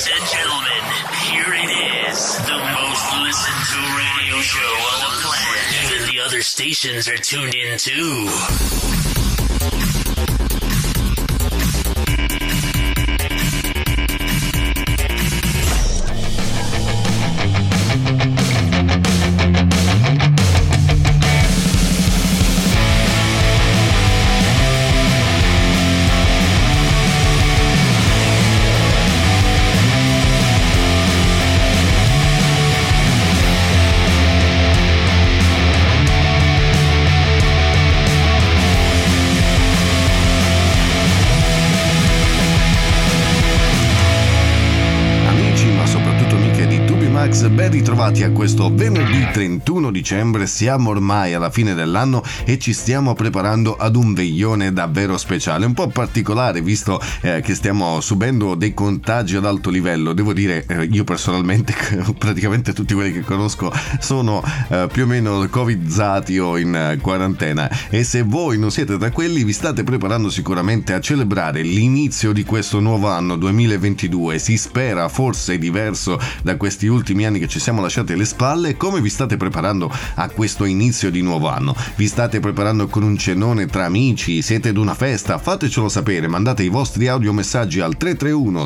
and gentlemen, here it is, the most listened to radio show on the planet. Even the other stations are tuned in too. Ben ritrovati a questo venerdì 31 dicembre, siamo ormai alla fine dell'anno e ci stiamo preparando ad un veglione davvero speciale, un po' particolare visto che stiamo subendo dei contagi ad alto livello. Devo dire, io personalmente praticamente tutti quelli che conosco sono più o meno covidzati o in quarantena, e se voi non siete tra quelli vi state preparando sicuramente a celebrare l'inizio di questo nuovo anno 2022, si spera forse diverso da questi ultimi anni che ci siamo lasciati alle spalle. Come vi state preparando a questo inizio di nuovo anno? Vi state preparando con un cenone tra amici? Siete ad una festa? Fatecelo sapere, mandate i vostri audiomessaggi al 331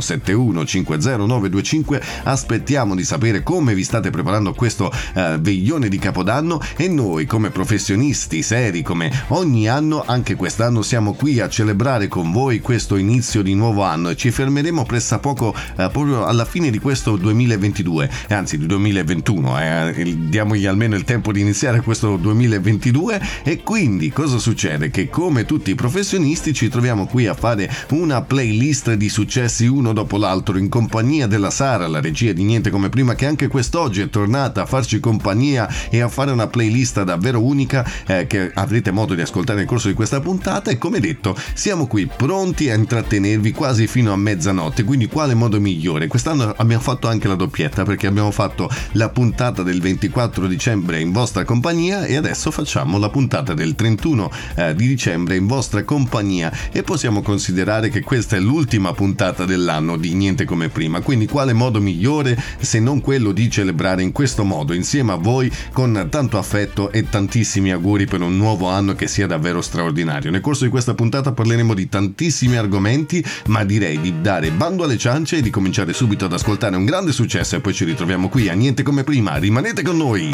7150925. Aspettiamo di sapere come vi state preparando a questo veglione di Capodanno, e noi come professionisti seri come ogni anno, anche quest'anno siamo qui a celebrare con voi questo inizio di nuovo anno, e ci fermeremo pressappoco proprio alla fine di questo 2022, anzi di 2021, diamogli almeno il tempo di iniziare questo 2022. E quindi cosa succede? Che come tutti i professionisti ci troviamo qui a fare una playlist di successi uno dopo l'altro in compagnia della Sara, la regia di Niente Come Prima, che anche quest'oggi è tornata a farci compagnia e a fare una playlist davvero unica che avrete modo di ascoltare nel corso di questa puntata. E come detto, siamo qui pronti a intrattenervi quasi fino a mezzanotte, quindi quale modo migliore? Quest'anno abbiamo fatto anche la doppietta, perché abbiamo fatto la puntata del 24 dicembre in vostra compagnia e adesso facciamo la puntata del 31 di dicembre in vostra compagnia, e possiamo considerare che questa è l'ultima puntata dell'anno di Niente Come Prima. Quindi quale modo migliore se non quello di celebrare in questo modo insieme a voi, con tanto affetto e tantissimi auguri per un nuovo anno che sia davvero straordinario. Nel corso di questa puntata parleremo di tantissimi argomenti, ma direi di dare bando alle ciance e di cominciare subito ad ascoltare un grande successo, e poi ci ritroviamo qui a Niente Come Prima. Rimanete con noi.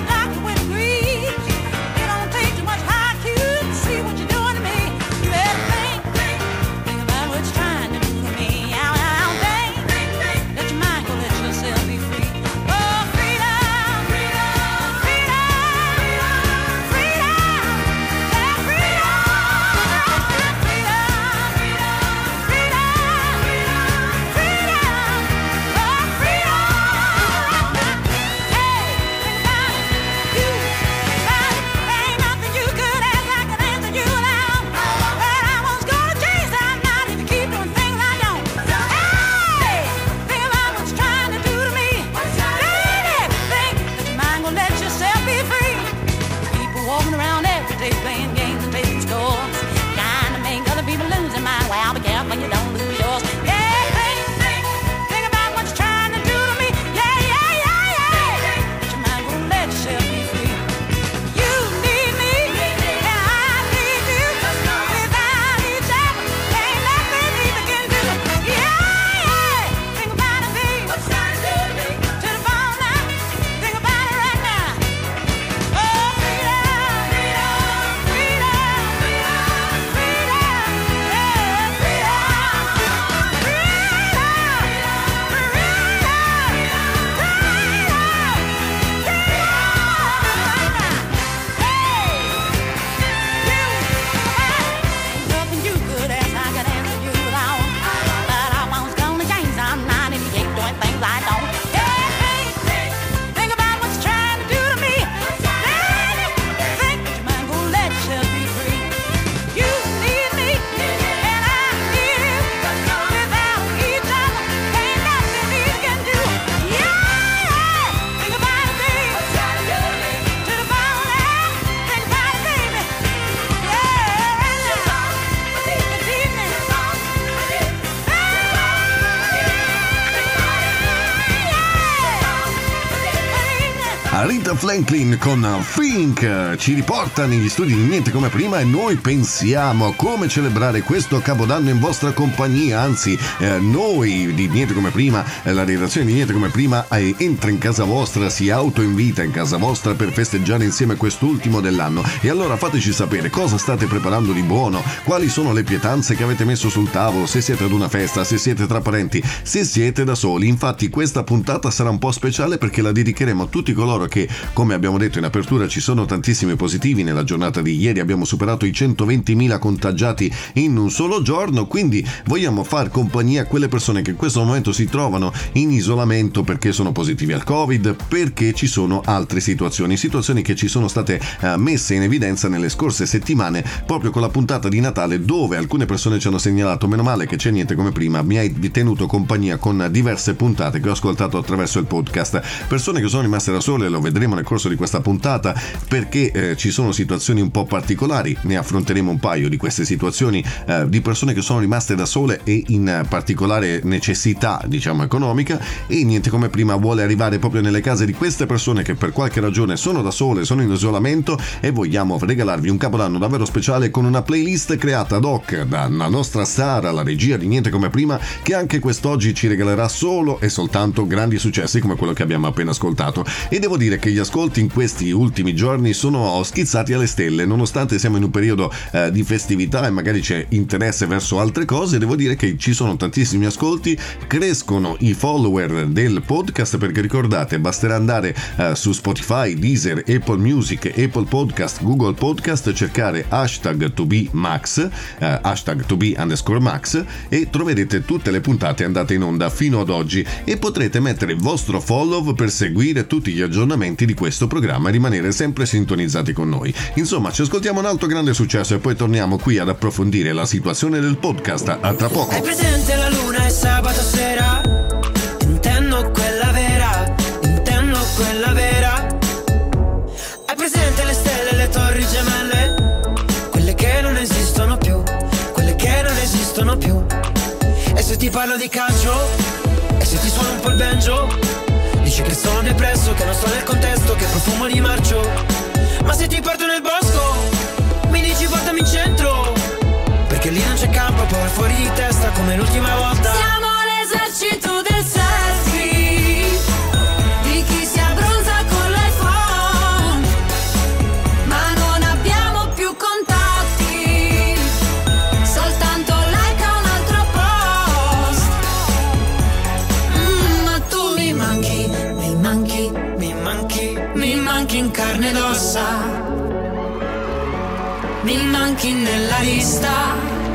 See what you're doing to me. You better Aretha Franklin con Think ci riporta negli studi di Niente Come Prima e noi pensiamo a come celebrare questo Capodanno in vostra compagnia, anzi noi di Niente Come Prima, la redazione di Niente Come Prima entra in casa vostra, si autoinvita in casa vostra per festeggiare insieme quest'ultimo dell'anno. E allora fateci sapere cosa state preparando di buono, quali sono le pietanze che avete messo sul tavolo, se siete ad una festa, se siete tra parenti, se siete da soli. Infatti questa puntata sarà un po' speciale perché la dedicheremo a tutti coloro che, come abbiamo detto in apertura, ci sono tantissimi positivi. Nella giornata di ieri abbiamo superato i 120.000 contagiati in un solo giorno, quindi vogliamo far compagnia a quelle persone che in questo momento si trovano in isolamento perché sono positivi al Covid, perché ci sono altre situazioni che ci sono state messe in evidenza nelle scorse settimane, proprio con la puntata di Natale, dove alcune persone ci hanno segnalato: meno male che c'è Niente Come Prima, mi hai tenuto compagnia con diverse puntate che ho ascoltato attraverso il podcast. Persone che sono rimaste da sole, lo vedremo nel corso di questa puntata, perché ci sono situazioni un po' particolari, ne affronteremo un paio di queste situazioni di persone che sono rimaste da sole e in particolare necessità, diciamo, economica, e Niente Come Prima vuole arrivare proprio nelle case di queste persone che per qualche ragione sono da sole, sono in isolamento, e vogliamo regalarvi un Capodanno davvero speciale con una playlist creata ad hoc dalla nostra Sara, la regia di Niente Come Prima, che anche quest'oggi ci regalerà solo e soltanto grandi successi come quello che abbiamo appena ascoltato. E devo dire che gli ascolti in questi ultimi giorni sono schizzati alle stelle, nonostante siamo in un periodo di festività e magari c'è interesse verso altre cose. Devo dire che ci sono tantissimi ascolti, crescono i follower del podcast, perché ricordate, basterà andare su Spotify, Deezer, Apple Music, Apple Podcast, Google Podcast, cercare hashtag #tobeMax, hashtag #tobe_max, e troverete tutte le puntate andate in onda fino ad oggi, e potrete mettere il vostro follow per seguire tutti gli aggiornamenti di questo programma e rimanere sempre sintonizzati con noi. Insomma, ci ascoltiamo un altro grande successo e poi torniamo qui ad approfondire la situazione del podcast. A tra poco. Hai presente la luna e sabato sera? Intendo quella vera, intendo quella vera. Hai presente le stelle e le torri gemelle? Quelle che non esistono più, quelle che non esistono più. E se ti parlo di calcio? E se ti suono un po' il banjo? Dici che sono depresso, che non sto nel contesto, che profumo di marcio. Ma se ti porto nel bosco, mi dici portami in centro, perché lì non c'è campo, poi fuori di testa come l'ultima volta. Siamo l'esercito del selfie, di chi si abbronza con l'iPhone, ma non abbiamo più contatti, soltanto like a un altro post. Ma tu mi manchi, mi manchi, mi manchi, mi manchi in carne ed ossa, mi manchi nella lista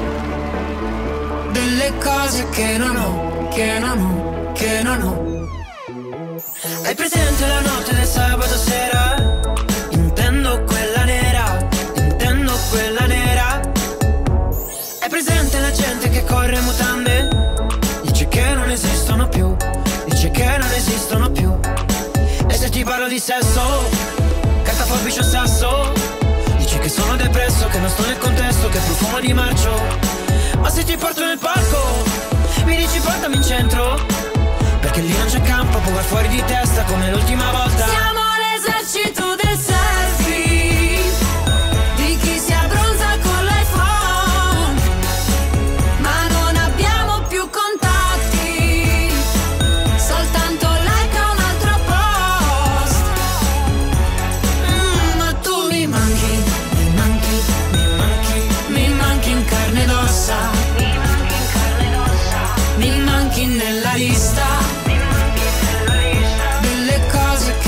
delle cose che non ho, che non ho, che non ho. Hai presente la notte del sabato sera? Intendo quella nera, intendo quella nera. Hai presente la gente che corre in mutande? Dice che non esistono più, dice che non esistono più. E se ti parlo di sesso, carta, forbice o sasso, dici che sono depresso, che non sto nel contesto, che profumo di marcio. Ma se ti porto nel parco, mi dici portami in centro, perché lì non c'è campo, può far fuori di testa come l'ultima volta. Siamo l'esercito del selfie, di chi si abbronza con l'iPhone, ma non abbiamo più contatti, soltanto like a un altro post. Ma tu mi manchi, mi manchi, mi manchi, mi manchi in carne ed ossa, mi manchi nella lista delle cose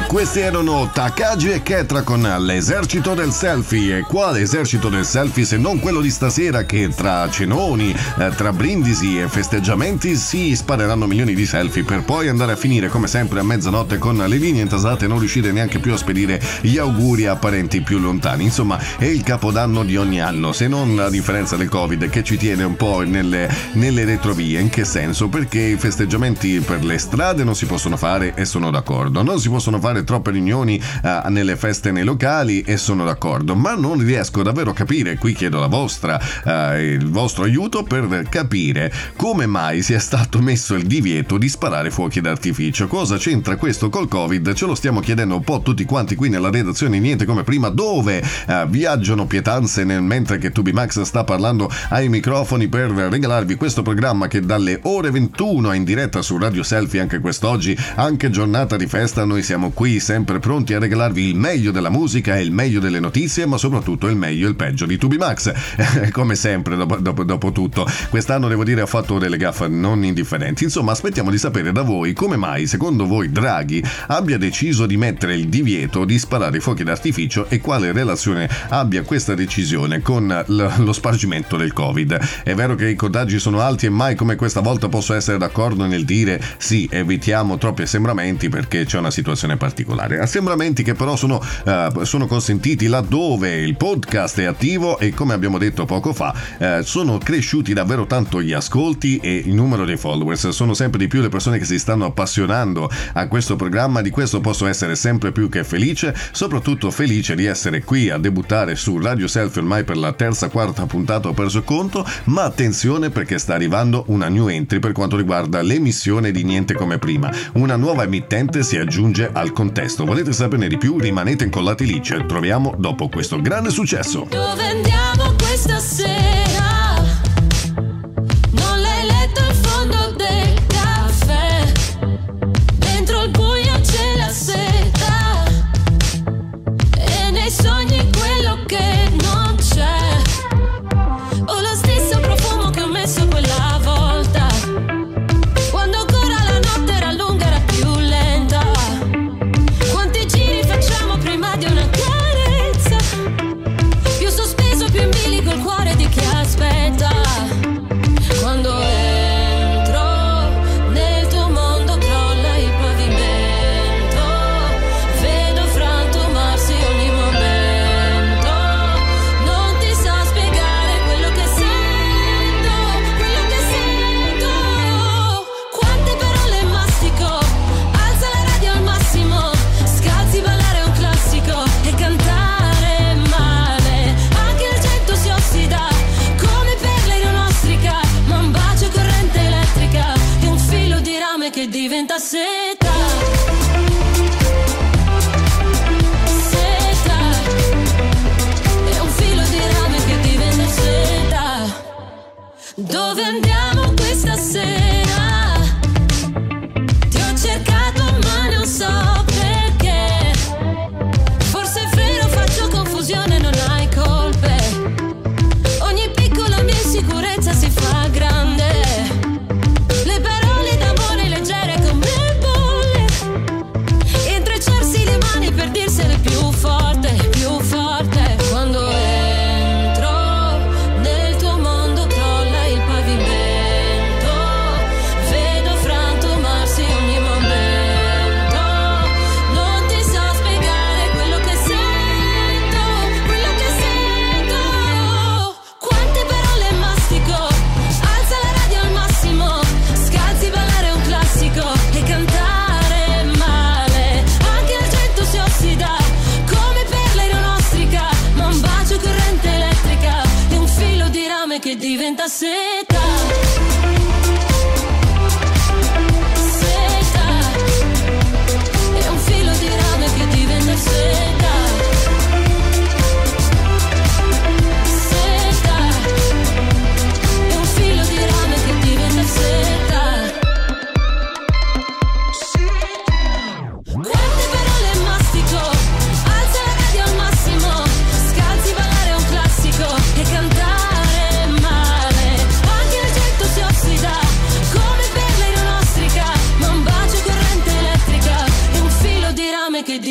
Questi erano Takagi e Ketra con l'esercito del selfie. E quale esercito del selfie se non quello di stasera, che tra cenoni, tra brindisi e festeggiamenti si spareranno milioni di selfie per poi andare a finire come sempre a mezzanotte con le linee intasate e non riuscire neanche più a spedire gli auguri a parenti più lontani. Insomma, è il capodanno di ogni anno, se non a differenza del Covid che ci tiene un po' nelle retrovie. In che senso? Perché i festeggiamenti per le strade non si possono fare e sono d'accordo, non si possono fare troppe riunioni nelle feste nei locali e sono d'accordo, ma non riesco davvero a capire, qui chiedo il vostro aiuto per capire come mai sia stato messo il divieto di sparare fuochi d'artificio. Cosa c'entra questo col Covid? Ce lo stiamo chiedendo un po' tutti quanti qui nella redazione Niente Come Prima, dove viaggiano pietanze mentre che Tubi Max sta parlando ai microfoni per regalarvi questo programma che dalle ore 21 è in diretta su Radio Selfie anche quest'oggi, anche giornata di festa. Noi siamo qui sempre pronti a regalarvi il meglio della musica e il meglio delle notizie, ma soprattutto il meglio e il peggio di Tubi Max. Come sempre, dopo tutto, quest'anno devo dire ha fatto delle gaffe non indifferenti. Insomma, aspettiamo di sapere da voi come mai, secondo voi, Draghi abbia deciso di mettere il divieto di sparare fuochi d'artificio e quale relazione abbia questa decisione con lo spargimento del Covid. È vero che i contagi sono alti e mai come questa volta posso essere d'accordo nel dire sì, evitiamo troppi assembramenti perché c'è una situazione particolare. Assembramenti che però sono consentiti laddove il podcast è attivo e, come abbiamo detto poco fa, sono cresciuti davvero tanto gli ascolti e il numero dei followers. Sono sempre di più le persone che si stanno appassionando a questo programma. Di questo posso essere sempre più che felice, soprattutto felice di essere qui a debuttare su Radio Selfie ormai per la terza, quarta puntata, ho perso conto, ma attenzione perché sta arrivando una new entry per quanto riguarda l'emissione di Niente Come Prima. Una nuova emittente si aggiunge al contesto. Volete saperne di più? Rimanete incollati lì, ci troviamo dopo questo grande successo. Dove andiamo questa sera? Non l'hai letto il fondo del caffè, dentro il buio c'è la seta e nei sogni quello che non c'è. Ho lo stesso profumo che ho messo quella volta, quando ancora la notte era lunga, era più lenta. Quanti giri facciamo prima di una carezza? Più sospeso, più in bilico il cuore di chi aspetta. Quando entro nel tuo mondo crolla il pavimento, vedo frantumarsi ogni momento. Non ti so spiegare quello che sento, Quante parole mastico, alza la radio al massimo, scalzi, ballare un classico e cantare male. Anche il gento si ossida come perle in un'ostrica, ma un bacio corrente elettrica e un filo di rame che diventa seta. Seta. E un filo di rame che diventa seta. Dove andiamo questa sera? Ti ho cercato ma non so perché. Forse è vero, faccio confusione, non hai colpe. Ogni piccola mia insicurezza si fa grande. Le parole d'amore leggere come bolle, intrecciarsi le mani per dirsele più forte, più forte. Quando entro nel tuo mondo crolla il pavimento, vedo frantumarsi ogni momento. Non ti so spiegare quello che sento, Quante parole mastico, alza la radio al massimo, scalzi, ballare un classico e cantare male. Anche il gento si ossida come perle in un'ostrica, ma un bacio corrente elettrica e un filo di rame che diventa seta. Seta. E un filo di rame che diventa seta. Seta. E un filo di rame che diventa seta. Quante parole mastico, alza la radio al massimo, scalzi, ballare un classico e cantare male. Anche il gento si ossida come perle in un'ostrica, ma un bacio corrente elettrica e un filo di rame che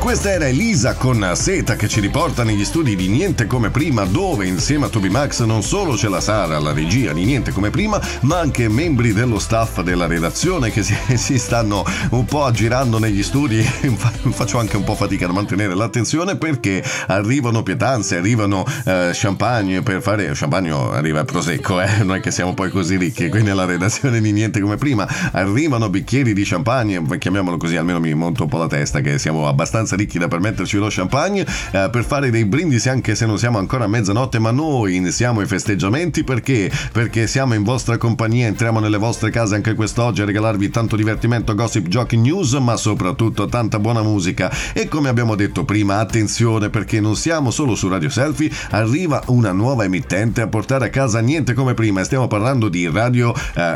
Questa era Elisa con Seta che ci riporta negli studi di Niente Come Prima, dove insieme a Toby Max non solo c'è la Sara, la regia di Niente Come Prima, ma anche membri dello staff della redazione che si stanno un po' aggirando negli studi. Faccio anche un po' fatica a mantenere l'attenzione perché arrivano pietanze, arrivano champagne per fare... Champagne arriva prosecco, non è che siamo poi così ricchi. Qui nella redazione di Niente Come Prima arrivano bicchieri di champagne, chiamiamolo così, almeno mi monto un po' la testa che siamo abbastanza ricchi da permetterci lo champagne, per fare dei brindisi anche se non siamo ancora a mezzanotte, ma noi iniziamo i festeggiamenti perché siamo in vostra compagnia, entriamo nelle vostre case anche quest'oggi a regalarvi tanto divertimento, gossip, giochi, news, ma soprattutto tanta buona musica. E come abbiamo detto prima, attenzione perché non siamo solo su Radio Selfie, arriva una nuova emittente a portare a casa Niente Come Prima e stiamo parlando di Radio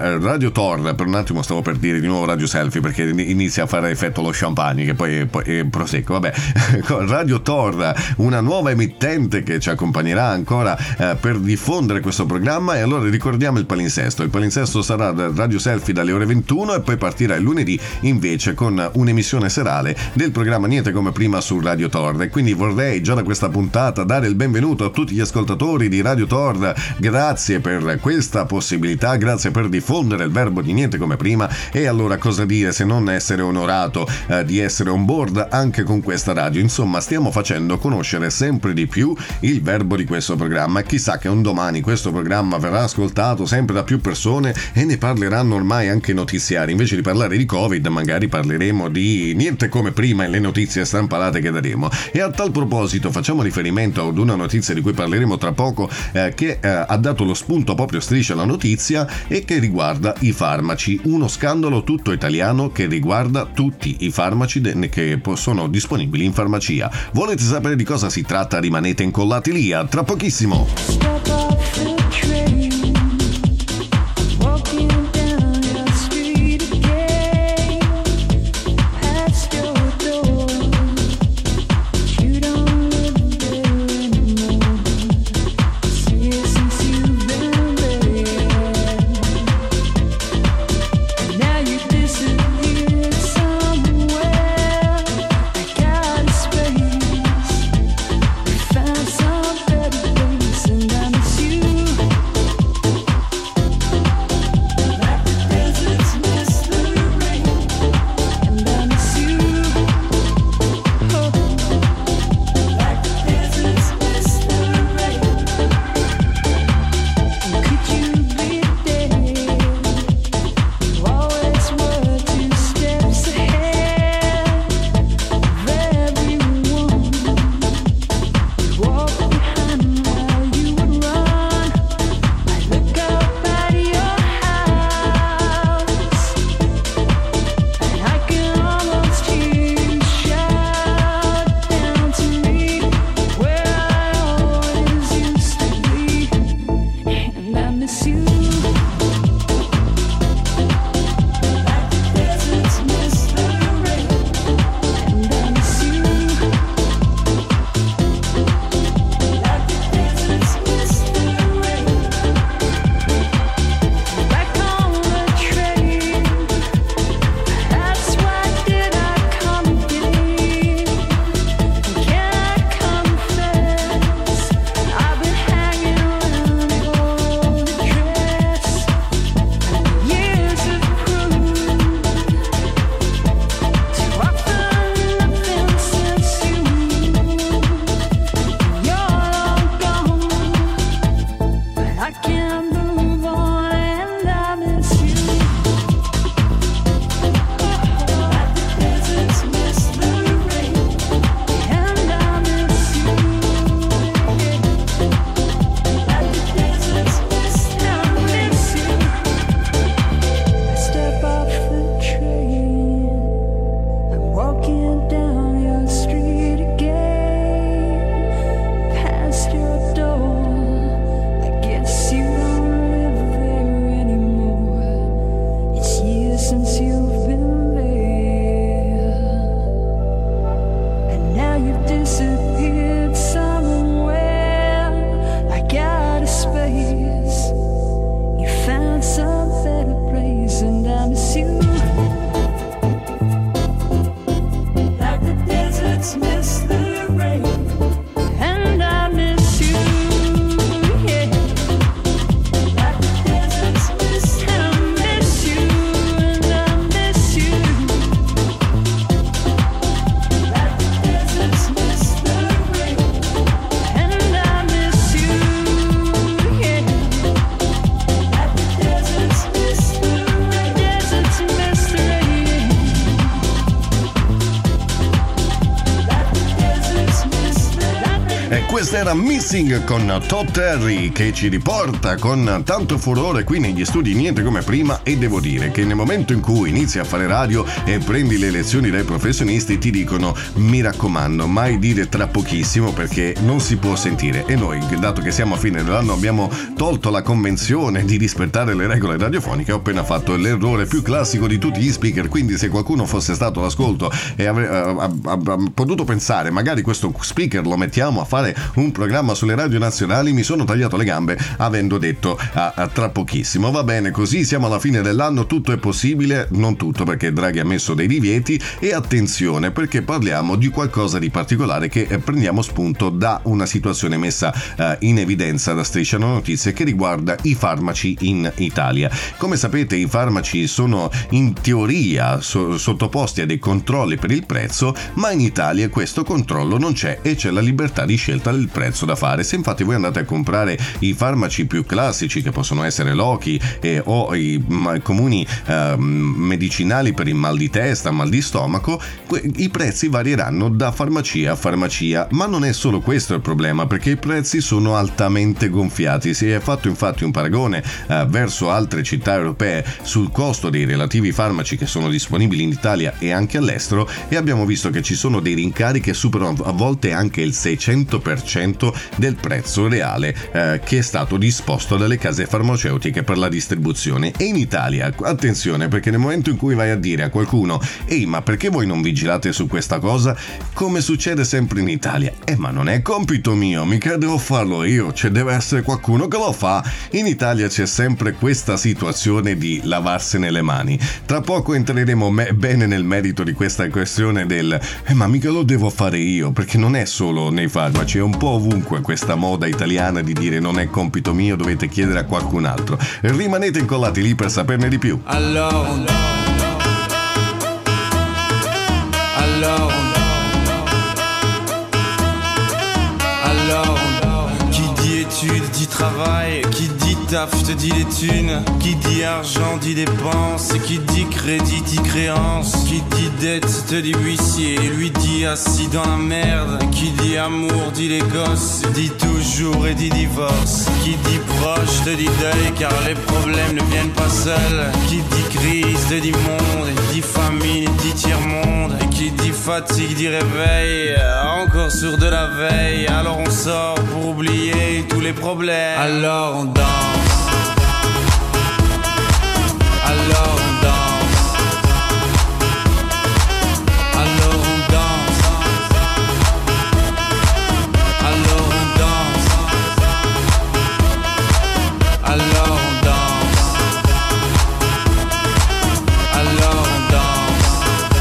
Tor. Per un attimo stavo per dire di nuovo Radio Selfie perché inizia a fare effetto lo champagne che poi prosecco, vabbè. Radio Tor, una nuova emittente che ci accompagnerà ancora per diffondere questo programma. E allora ricordiamo il palinsesto sarà Radio Selfie dalle ore 21 e poi partirà il lunedì invece con un'emissione serale del programma Niente Come Prima su Radio Tor. E quindi vorrei già da questa puntata dare il benvenuto a tutti gli ascoltatori di Radio Tor. Grazie per questa possibilità, grazie per diffondere il verbo di Niente Come Prima. E allora cosa dire se non essere onorato di essere on board anche con questa radio. Insomma, stiamo facendo conoscere sempre di più il verbo di questo programma. Chissà che un domani questo programma verrà ascoltato sempre da più persone e ne parleranno ormai anche i notiziari. Invece di parlare di Covid, magari parleremo di Niente Come Prima e le notizie strampalate che daremo. E a tal proposito facciamo riferimento ad una notizia di cui parleremo tra poco, che ha dato lo spunto proprio Striscia la notizia e che riguarda i farmaci. Uno scandalo tutto italiano che riguarda tutti i farmaci che sono disponibili in farmacia. Volete sapere di cosa si tratta? Rimanete incollati lì, a tra pochissimo. Found some better things, and I miss you. Questa era Missing con Todd Terry, che ci riporta con tanto furore qui negli studi Niente Come Prima, e devo dire che nel momento in cui inizi a fare radio e prendi le lezioni dai professionisti ti dicono: mi raccomando, mai dire tra pochissimo perché non si può sentire. E noi, dato che siamo a fine dell'anno, abbiamo tolto la convenzione di rispettare le regole radiofoniche. Ho appena fatto l'errore più classico di tutti gli speaker, quindi se qualcuno fosse stato all'ascolto e ha potuto pensare magari questo speaker lo mettiamo a fare un programma sulle radio nazionali, mi sono tagliato le gambe avendo detto tra pochissimo. Va bene così, siamo alla fine dell'anno, tutto è possibile, non tutto perché Draghi ha messo dei divieti, e attenzione perché parliamo di qualcosa di particolare che prendiamo spunto da una situazione messa in evidenza da Striscia Notizie che riguarda i farmaci in Italia. Come sapete, i farmaci sono in teoria sottoposti a dei controlli per il prezzo, ma in Italia questo controllo non c'è e c'è la libertà di scelta del prezzo da fare. Se infatti voi andate a comprare i farmaci più classici, che possono essere Loki o i comuni medicinali per il mal di testa, mal di stomaco, i prezzi varieranno da farmacia a farmacia. Ma non è solo questo il problema, perché i prezzi sono altamente gonfiati. Si è fatto infatti un paragone verso altre città europee sul costo dei relativi farmaci che sono disponibili in Italia e anche all'estero, e abbiamo visto che ci sono dei rincari che superano a volte anche il 600% del prezzo reale che è stato disposto dalle case farmaceutiche per la distribuzione. E in Italia, attenzione, perché nel momento in cui vai a dire a qualcuno: ehi, ma perché voi non vigilate su questa cosa? Come succede sempre in Italia: ma non è compito mio, mica devo farlo io, ci deve essere qualcuno che lo fa. In Italia c'è sempre questa situazione di lavarsene le mani. Tra poco entreremo bene nel merito di questa questione del ma mica lo devo fare io, perché non è solo nei farmaci, è un po' ovunque questa moda italiana di dire non è compito mio, dovete chiedere a qualcun altro. Rimanete incollati lì per saperne di più. Qui dit études dit travail, qui dit taf te dit les thunes, qui dit argent dit dépenses, qui dit crédit dit créance, qui dit dette te dit huissier, lui dit assis dans la merde, qui dit amour dit les gosses, dit toujours et dit divorce, qui dit proche te dit deuil car les problèmes ne viennent pas seuls, qui dit crise te dit monde, dit famine dit tiers-monde, et qui dit fatigue dit réveil, encore sur de la veille, alors on sort pour oublier tous les problèmes, alors on danse, alors on danse, alors on danse, alors on danse, alors on danse, alors on danse,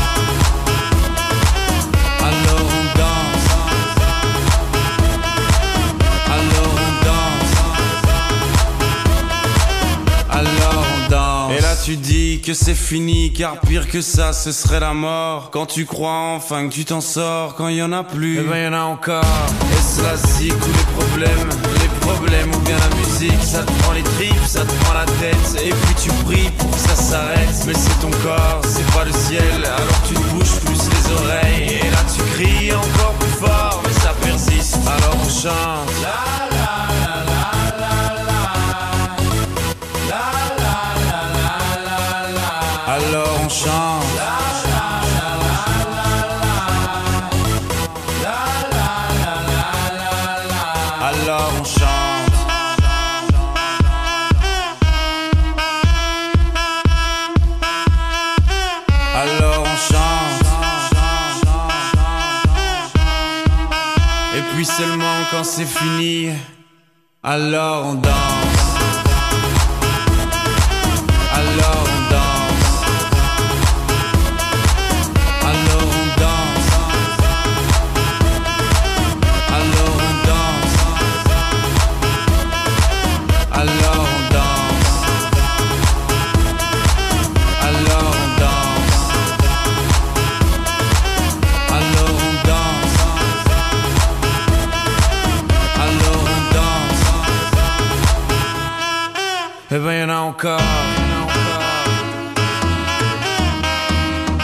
alors on danse, alors on danse, alors on danse. Et là tu dis que c'est fini, car pire que ça ce serait la mort. Quand tu crois enfin que tu t'en sors, quand il y en a plus, eh ben y en a encore. Est-ce la zik ou les problèmes ou bien la musique? Ça te prend les tripes, ça te prend la tête, et puis tu pries pour que ça s'arrête. Mais c'est ton corps, c'est pas le ciel, alors tu te bouges plus les oreilles. Et là tu cries encore plus fort, mais ça persiste, alors on chante. Alors on chante. Alors on chante. Alors on chante. Et puis seulement quand c'est fini, alors on danse. Alors on danse. E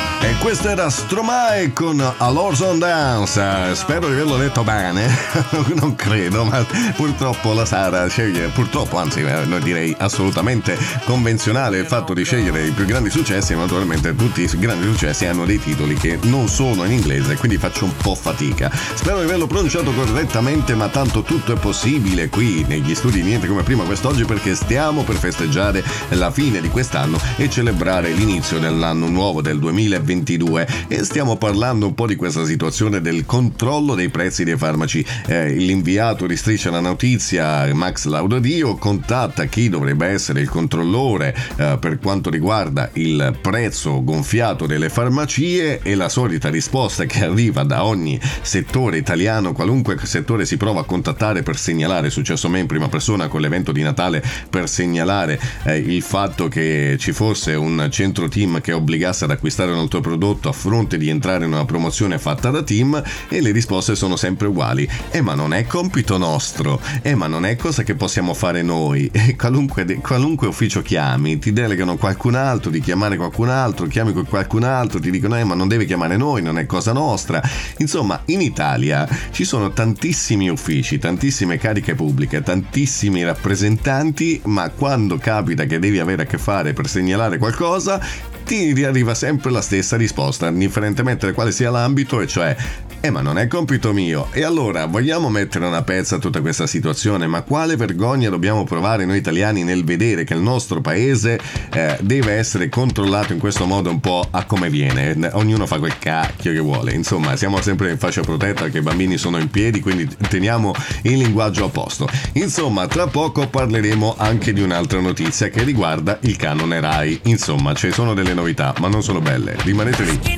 Questo era Stromae con Allures on Dance. Spero di averlo detto bene. Non credo, ma purtroppo la Sara sceglie, non direi assolutamente convenzionale il fatto di scegliere i più grandi successi. Naturalmente tutti i grandi successi hanno dei titoli che non sono in inglese, quindi faccio un po' fatica. Spero di averlo pronunciato correttamente, ma tanto tutto è possibile qui negli studi Niente Come Prima quest'oggi, perché stiamo per festeggiare la fine di quest'anno e celebrare l'inizio dell'anno nuovo del 2022, e stiamo parlando un po' di questa situazione del controllo dei prezzi dei farmaci. L'inviato di Striscia la Notizia, Max Laudadio, contatta chi dovrebbe essere il controllore per quanto riguarda il prezzo gonfiato delle farmacie, e la solita risposta che arriva da ogni settore italiano, qualunque settore si prova a contattare per segnalare, è successo a me in prima persona con l'evento di Natale, per segnalare il fatto che ci fosse un centro team che obbligasse ad acquistare un altro prodotto a fronte di entrare in una promozione fatta da team, e le risposte sono sempre uguali: ma non è compito nostro, ma non è cosa che possiamo fare noi. E qualunque ufficio chiami ti delegano qualcun altro di chiamare qualcun altro, chiami qualcun altro, ti dicono ma non devi chiamare noi, non è cosa nostra. Insomma, in Italia ci sono tantissimi uffici, tantissime cariche pubbliche, tantissimi rappresentanti, ma quando capita che devi avere a che fare per segnalare qualcosa, ti arriva sempre la stessa risposta, indifferentemente da quale sia l'ambito, e cioè ma non è compito mio. E allora vogliamo mettere una pezza a tutta questa situazione? Ma quale vergogna dobbiamo provare noi italiani nel vedere che il nostro paese deve essere controllato in questo modo, un po' a come viene, ognuno fa quel cacchio che vuole. Insomma, siamo sempre in fascia protetta, che i bambini sono in piedi, quindi teniamo il linguaggio a posto. Insomma, tra poco parleremo anche di un'altra notizia che riguarda il canone Rai. Insomma, ci sono delle novità, ma non sono belle. Rimanete lì.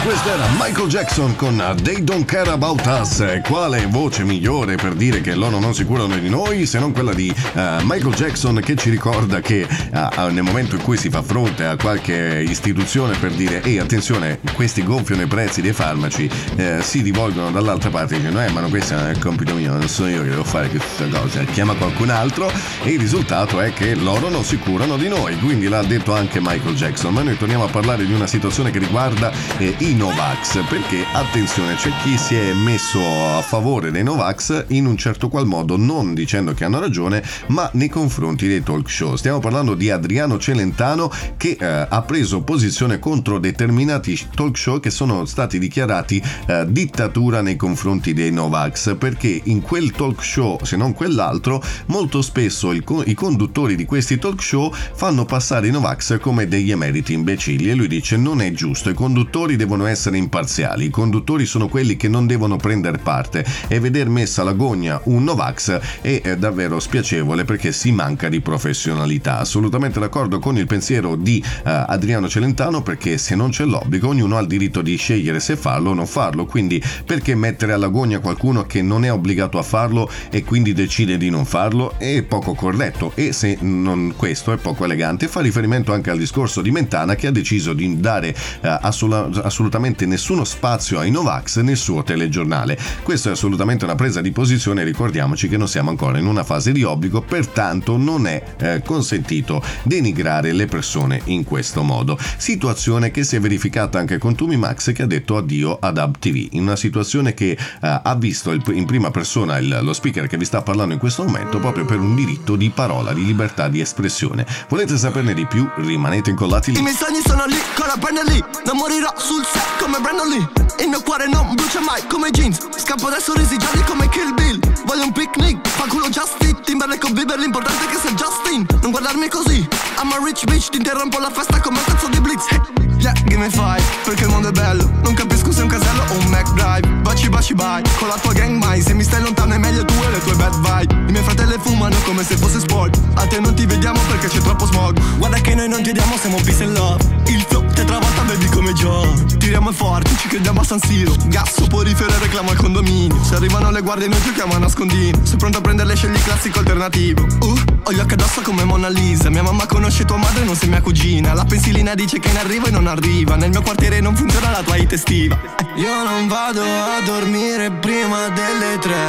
Questo era Michael Jackson con They Don't Care About Us. Quale voce migliore per dire che loro non si curano di noi se non quella di Michael Jackson, che ci ricorda che nel momento in cui si fa fronte a qualche istituzione per dire ehi attenzione, questi gonfiano i prezzi dei farmaci, si rivolgono dall'altra parte dicendo ma no, questo è il compito mio, non sono io che devo fare questa cosa, chiama qualcun altro, e il risultato è che loro non si curano di noi. Quindi l'ha detto anche Michael Jackson. Ma noi torniamo a parlare di una situazione che riguarda i Novax, perché attenzione, c'è chi si è messo a favore dei Novax in un certo qual modo, non dicendo che hanno ragione, ma nei confronti dei talk show. Stiamo parlando di Adriano Celentano, che ha preso posizione contro determinati talk show che sono stati dichiarati dittatura nei confronti dei Novax, perché in quel talk show, se non quell'altro, molto spesso i conduttori di questi talk show fanno passare i Novax come degli emeriti imbecilli, e lui dice non è giusto, i conduttori devono essere imparziali, i conduttori sono quelli che non devono prendere parte, e veder messa alla gogna un Novax è davvero spiacevole perché si manca di professionalità. Assolutamente d'accordo con il pensiero di Adriano Celentano, perché se non c'è l'obbligo ognuno ha il diritto di scegliere se farlo o non farlo, quindi perché mettere alla gogna qualcuno che non è obbligato a farlo e quindi decide di non farlo? È poco corretto, e se non questo è poco elegante. Fa riferimento anche al discorso di Mentana, che ha deciso di dare assolutamente nessuno spazio ai Novax nel suo telegiornale. Questo è assolutamente una presa di posizione. Ricordiamoci che non siamo ancora in una fase di obbligo, pertanto non è consentito denigrare le persone in questo modo. Situazione che si è verificata anche con Tumi Max, che ha detto addio ad Hub TV, in una situazione che ha visto in prima persona lo speaker che vi sta parlando in questo momento, proprio per un diritto di parola, di libertà di espressione. Volete saperne di più? Rimanete incollati lì. I miei sogni sono lì, con la penna lì, non morirò sul set come Brandon Lee. Il mio cuore non brucia mai come jeans, scappo da sorrisi gialli come Kill Bill. Voglio un picnic, fa culo Just Eat, Timberlake o Bieber, l'importante è che sei Justin. Non guardarmi così, I'm a rich bitch, ti interrompo la festa come un cazzo di blitz. Yeah, give me five, perché il mondo è bello. Non capisco se è un casello o un McDrive. Baci baci bye, con la tua gang mai. Se mi stai lontano è meglio tu e le tue bad vibe. I miei fratelli fumano come se fosse sport. A te non ti vediamo perché c'è troppo smog. Guarda che noi non ti diamo, siamo peace and love. Il flow te travolta baby come Joe. Tiriamo forti, ci crediamo a San Siro. Gas, soporifero e reclamo al condominio. Se arrivano le guardie noi giochiamo a nascondino. Sei pronto a prenderle, scegli il classico alternativo. Ho gli occhi addosso come Mona Lisa. Mia mamma conosce tua madre, non sei mia cugina. La pensilina dice che in arrivo e non arriva. Nel mio quartiere non funziona la tua hit estiva. Io non vado a dormire prima delle 3.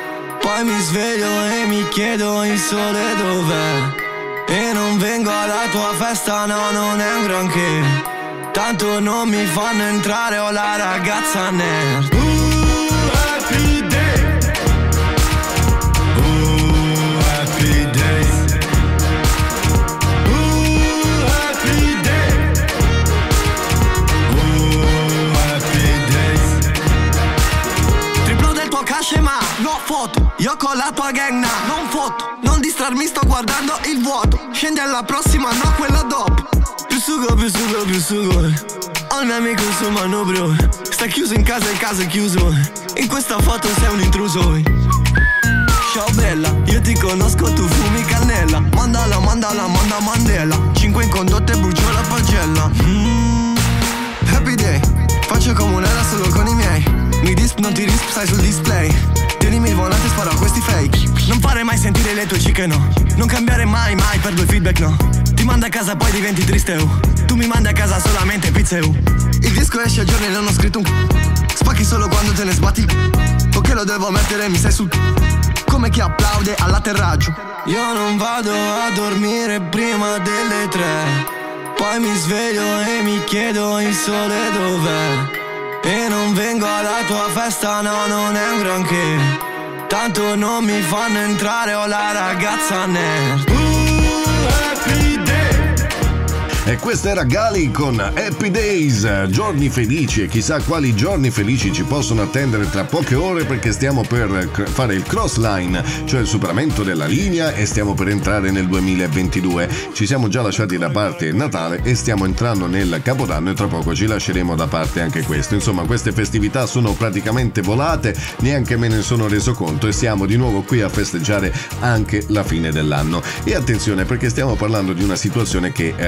Poi mi sveglio e mi chiedo il sole dov'è. E non vengo alla tua festa, no, non è un granché. Tanto non mi fanno entrare, ho la ragazza nerd. Happy day. Happy day. Happy day. Happy day. Triplo del tuo cash ma no foto. Io con la tua gang non foto. Non distrarmi, sto guardando il vuoto. Scendi alla prossima, no quella dopo. Più sugo, più sugo, più sugo. Ho il mio amico in suo manubrio. Sta chiuso in casa, il caso è chiuso. In questa foto sei un intruso. Ciao bella, io ti conosco, tu fumi cannella. Mandala, mandala, manda Mandela. 5 in condotta e brucio la pagella. Happy day. Faccio comunella solo con i miei. Mi disp, non ti risp, stai sul display. Tienimi il volante e sparo a questi fake. Non fare mai sentire le tue chique, no. Non cambiare mai, mai per due feedback, no. Ti manda a casa poi diventi triste, Tu mi mandi a casa solamente pizze, Il disco esce a giorni e non ho scritto un Spacchi solo quando te ne sbatti O che lo devo mettere mi sei sul Come chi applaude all'atterraggio. Io non vado a dormire prima delle 3. Poi mi sveglio e mi chiedo il sole dov'è. E non vengo alla tua festa, no, non è un granché. Tanto non mi fanno entrare, ho la ragazza nerd. Happy day. E questa era Gali con Happy Days, giorni felici, e chissà quali giorni felici ci possono attendere tra poche ore, perché stiamo per fare il cross line, cioè il superamento della linea, e stiamo per entrare nel 2022. Ci siamo già lasciati da parte il Natale e stiamo entrando nel Capodanno, e tra poco ci lasceremo da parte anche questo. Insomma, queste festività sono praticamente volate, neanche me ne sono reso conto, e siamo di nuovo qui a festeggiare anche la fine dell'anno. E attenzione, perché stiamo parlando di una situazione che molti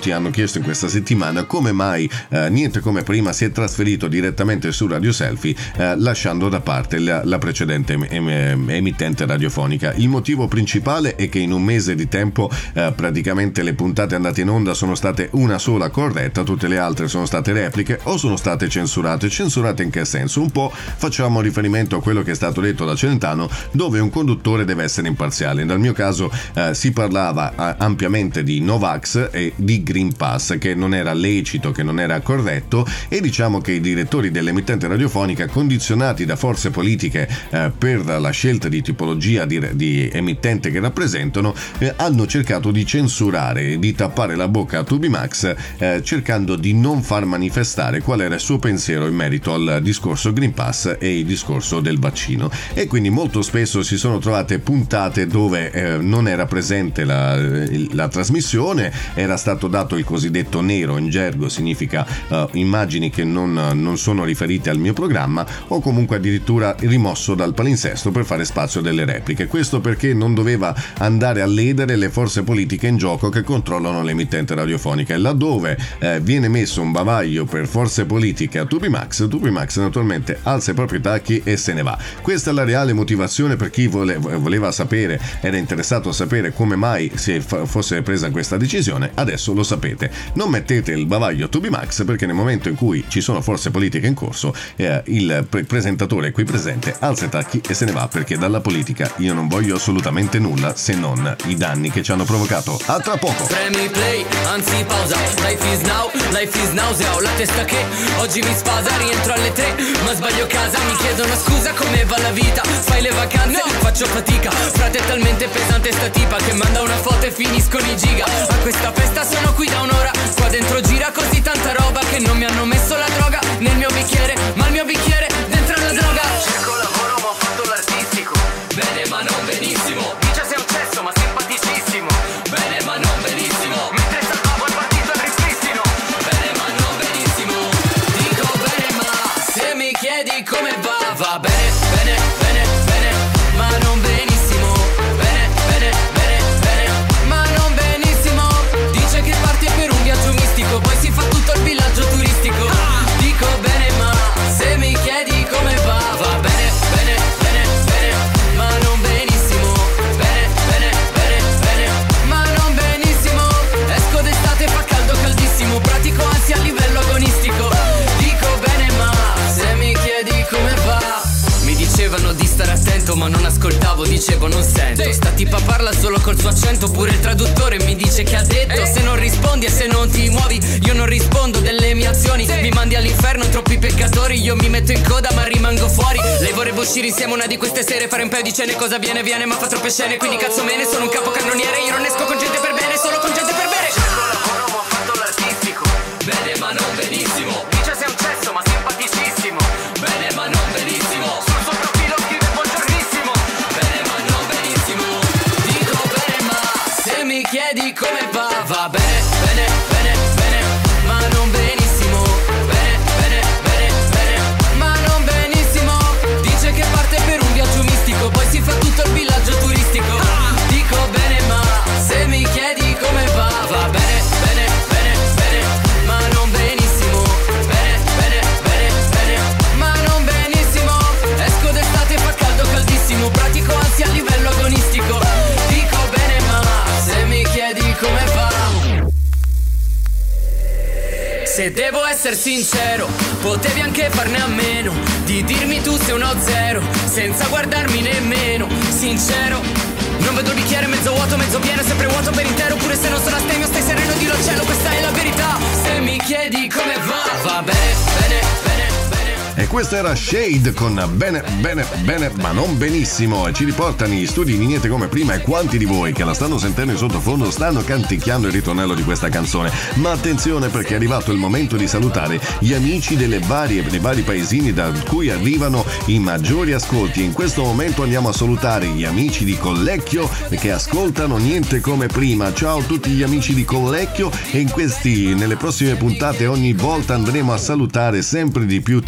molti hanno chiesto in questa settimana come mai Niente Come Prima si è trasferito direttamente su Radio Selfie, lasciando da parte la precedente emittente radiofonica. Il motivo principale è che in un mese di tempo praticamente le puntate andate in onda sono state una sola corretta, tutte le altre sono state repliche o sono state censurate. Censurate in che senso? Un po' facciamo riferimento a quello che è stato detto da Celentano, dove un conduttore deve essere imparziale. Nel mio caso si parlava ampiamente di Novax e di Green Pass, che non era lecito, che non era corretto, e diciamo che i direttori dell'emittente radiofonica, condizionati da forze politiche per la scelta di tipologia di emittente che rappresentano, hanno cercato di censurare e di tappare la bocca a Tubimax, cercando di non far manifestare qual era il suo pensiero in merito al discorso Green Pass e il discorso del vaccino. E quindi molto spesso si sono trovate puntate dove non era presente la trasmissione, era stato dato il cosiddetto nero, in gergo significa immagini che non sono riferite al mio programma, o comunque addirittura rimosso dal palinsesto per fare spazio delle repliche. Questo perché non doveva andare a ledere le forze politiche in gioco che controllano l'emittente radiofonica, e laddove viene messo un bavaglio per forze politiche a Tubimax naturalmente alza i propri tacchi e se ne va. Questa è la reale motivazione per chi voleva sapere, era interessato a sapere come mai si fosse presa questa decisione. Adesso lo sapete, non mettete il bavaglio a Tubimax, perché nel momento in cui ci sono forze politiche in corso il presentatore qui presente alza i tacchi e se ne va, perché dalla politica io non voglio assolutamente nulla se non i danni che ci hanno provocato. A tra poco. Premi play, anzi pausa. Life is nausea. Ho la testa che oggi mi spasa. Rientro alle 3, ma sbaglio casa. Mi chiedono scusa, come va la vita? Fai le vacanze? Faccio fatica. Frate, è talmente pesante sta tipa che manda una foto e finiscono i giga. A questa festa sono qui da un'ora. Qua dentro gira così tanta roba che non mi hanno messo la droga nel mio bicchiere, ma il mio bicchiere dentro la droga. Cerco lavoro ma ho fatto l'artistico. Bene ma non benissimo. Dice sei un cesso ma simpaticissimo. Bene ma non benissimo. Mentre salvavo il partito al ripristino. Bene ma non benissimo. Dico bene ma se mi chiedi come va, va bene, bene, bene, bene, ma non benissimo. Bene, bene, bene, bene, ma non benissimo. Dice che parte per un viaggio mistico, poi si fa tutto il villaggio turistico. Dico bene ma se mi chiedi come va, va bene, bene, bene, bene, ma non benissimo. Bene, bene, bene, bene, ma non benissimo. Esco d'estate, fa caldo caldissimo, pratico ansia a livello agonistico. Dico bene ma se mi chiedi come va. Mi dicevano di stare attento ma non ascoltavo, dicevo non sento. Sta tipa parla solo col suo accento, pure il traduttore mi dice che ha detto se non rispondi e se non ti muovi io non rispondo delle mie azioni. Mi mandi all'inferno, troppi peccatori, io mi metto in coda ma rimango fuori. Lei vorrebbe uscire insieme una di queste sere, fare un paio di cene, cosa viene ma fa troppe scene, quindi cazzo me ne sono un capocannoniere. Io non esco con gente per bene, solo con gente per bene. Cerco lavoro ma ho fatto l'artistico. Bene ma non benissimo. Dice sei un cesso ma simpaticissimo. Bene ma non benissimo. Sul suo profilo scrive buongiornissimo. Bene ma non benissimo. Dico bene ma se mi chiedi come va, va bene, bene, bene, bene, ma non benissimo. Bene, bene, bene, bene, ma non benissimo. Dice che parte per un viaggio mistico, poi si fa tutto il villaggio turistico. Dico bene ma se mi chiedi come va, va bene, bene, bene, bene, ma non benissimo. Bene, bene, bene, bene, ma non benissimo. Esco d'estate, fa caldo caldissimo, pratico ansia a livello agonistico. Dico bene ma se mi chiedi come va. Se devo essere sincero, potevi anche farne a meno di dirmi tu sei uno zero, senza guardarmi nemmeno. Sincero, non vedo il bicchiere mezzo vuoto, mezzo pieno, sempre vuoto per intero. Pure se non sono astemio, stai sereno, dillo al cielo, questa è la verità. Se mi chiedi come va bene, bene, bene, bene. E questo era Shade con Bene, bene, bene, ma non benissimo, e ci riportano gli studi di Niente Come Prima. E quanti di voi che la stanno sentendo in sottofondo stanno canticchiando il ritornello di questa canzone. Ma attenzione, perché è arrivato il momento di salutare gli amici dei vari paesini da cui arrivano i maggiori ascolti. In questo momento andiamo a salutare gli amici di Collecchio che ascoltano Niente Come Prima. Ciao a tutti gli amici di Collecchio, e nelle prossime puntate ogni volta andremo a salutare sempre di più tanti amici.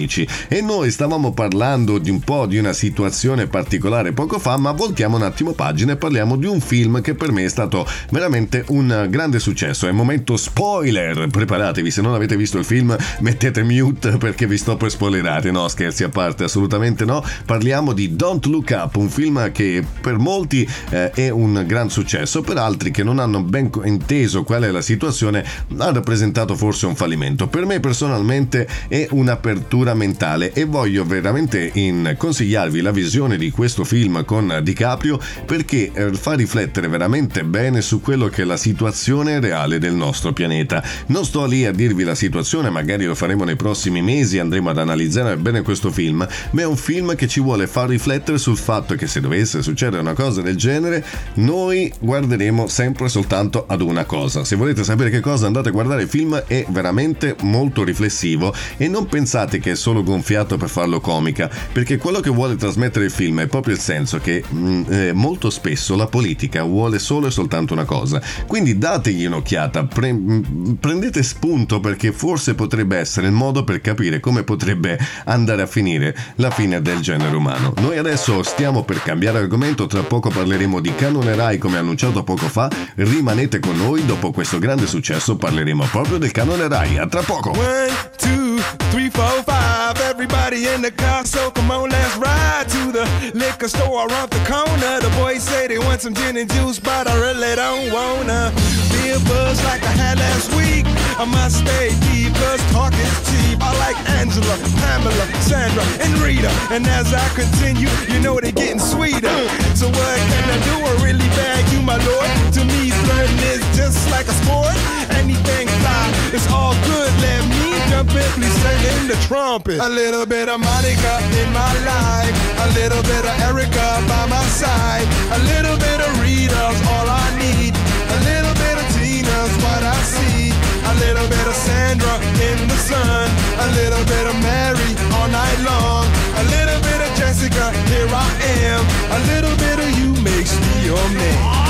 amici. E noi stavamo parlando di un po' di una situazione particolare poco fa, ma voltiamo un attimo pagina e parliamo di un film che per me è stato veramente un grande successo. È momento spoiler, preparatevi, se non avete visto il film mettete mute perché vi sto per spoilerare. No, scherzi a parte, assolutamente no. Parliamo di Don't Look Up, un film che per molti è un gran successo, per altri che non hanno ben inteso qual è la situazione ha rappresentato forse un fallimento. Per me personalmente è un'apertura mentale e voglio veramente consigliarvi la visione di questo film con DiCaprio, perché fa riflettere veramente bene su quello che è la situazione reale del nostro pianeta. Non sto lì a dirvi la situazione, magari lo faremo nei prossimi mesi, andremo ad analizzare bene questo film, ma è un film che ci vuole far riflettere sul fatto che se dovesse succedere una cosa del genere noi guarderemo sempre soltanto ad una cosa. Se volete sapere che cosa, andate a guardare il film, è veramente molto riflessivo e non pensate che è solo gonfiato per farlo comica, perché quello che vuole trasmettere il film è proprio il senso che molto spesso la politica vuole solo e soltanto una cosa. Quindi dategli un'occhiata, prendete spunto, perché forse potrebbe essere il modo per capire come potrebbe andare a finire la fine del genere umano. Noi adesso stiamo per cambiare argomento, tra poco parleremo di Canone Rai come annunciato poco fa. Rimanete con noi, dopo questo grande successo parleremo proprio del Canone Rai. A tra poco. 1, 2, 3, 4, 5, everybody in the car, so come on, let's ride to the liquor store around the corner. The boys say they want some gin and juice, but I really don't wanna be a buzz like I had last week. I must stay deep, cause talk is cheap. I like Angela, Pamela, Sandra, and Rita, and as I continue, you know they're getting sweeter. So what can I do? I really bag you, my lord. To me, flirting is just like a sport. Anything fly, it's all good. Let me jump in, please sing in the trumpet. A little bit of Monica in my life, a little bit of Erica by my side, a little bit of Rita's all I need, a little bit of Tina's what I see, a little bit of Sandra in the sun, a little bit of Mary all night long, a little bit of Jessica, here I am, a little bit of you makes me your man.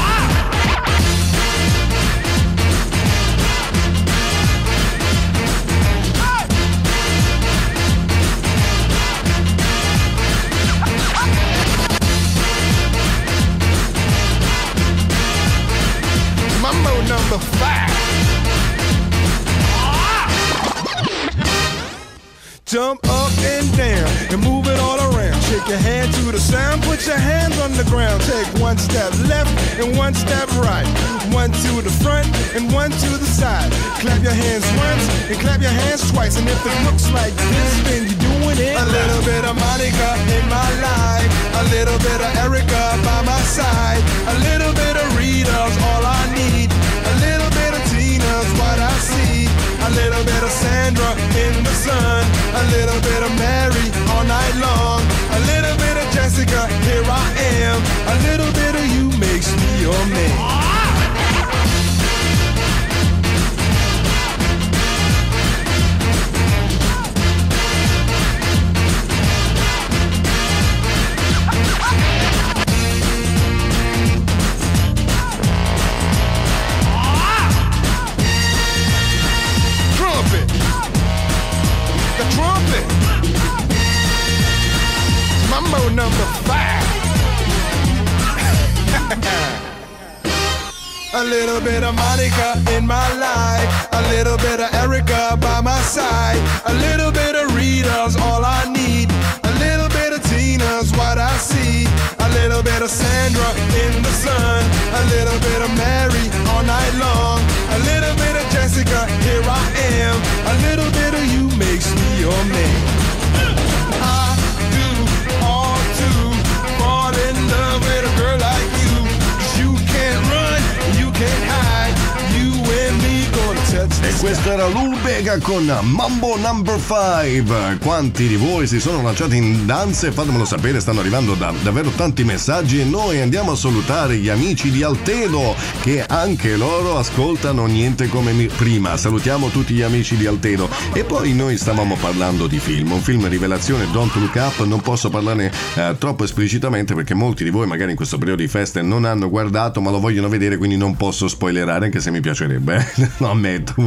Mambo number 5. Jump up and down and move it all around. Shake your hand to the sound, put your hands on the ground. Take one step left and one step right. One to the front and one to the side. Clap your hands once and clap your hands twice. And if it looks like this, then you're doing it. A little bit of Monica in my life, a little bit of Erica by my side, a little bit of Rita's all I need, a little bit of Tina's what I see, a little bit of Sandra in the sun, a little bit of Mary all night long, a little bit of Jessica, here I am, a little bit of you makes me your man. Mambo number 5. A little bit of Monica in my life, a little bit of Erica by my side, a little bit of Rita's all I need, a little bit of Tina's what I see, a little bit of Sandra in the sun, a little bit of Mary all night long, a little bit of Jessica, here I am, a little bit of you makes me your man. I do all to fall in love with a girl like you, 'cause you can't run, you can't hide, you and me gonna touch the E questo era Lou Bega con Mambo number 5. Quanti di voi si sono lanciati in danze? Fatemelo sapere, stanno arrivando davvero tanti messaggi e noi andiamo a salutare gli amici di Altedo che anche loro ascoltano niente come prima. Salutiamo tutti gli amici di Altedo. E poi noi stavamo parlando di film, un film rivelazione, Don't Look Up. Non posso parlarne troppo esplicitamente perché molti di voi magari in questo periodo di feste non hanno guardato ma lo vogliono vedere, quindi non posso spoilerare anche se mi piacerebbe. Lo ammetto,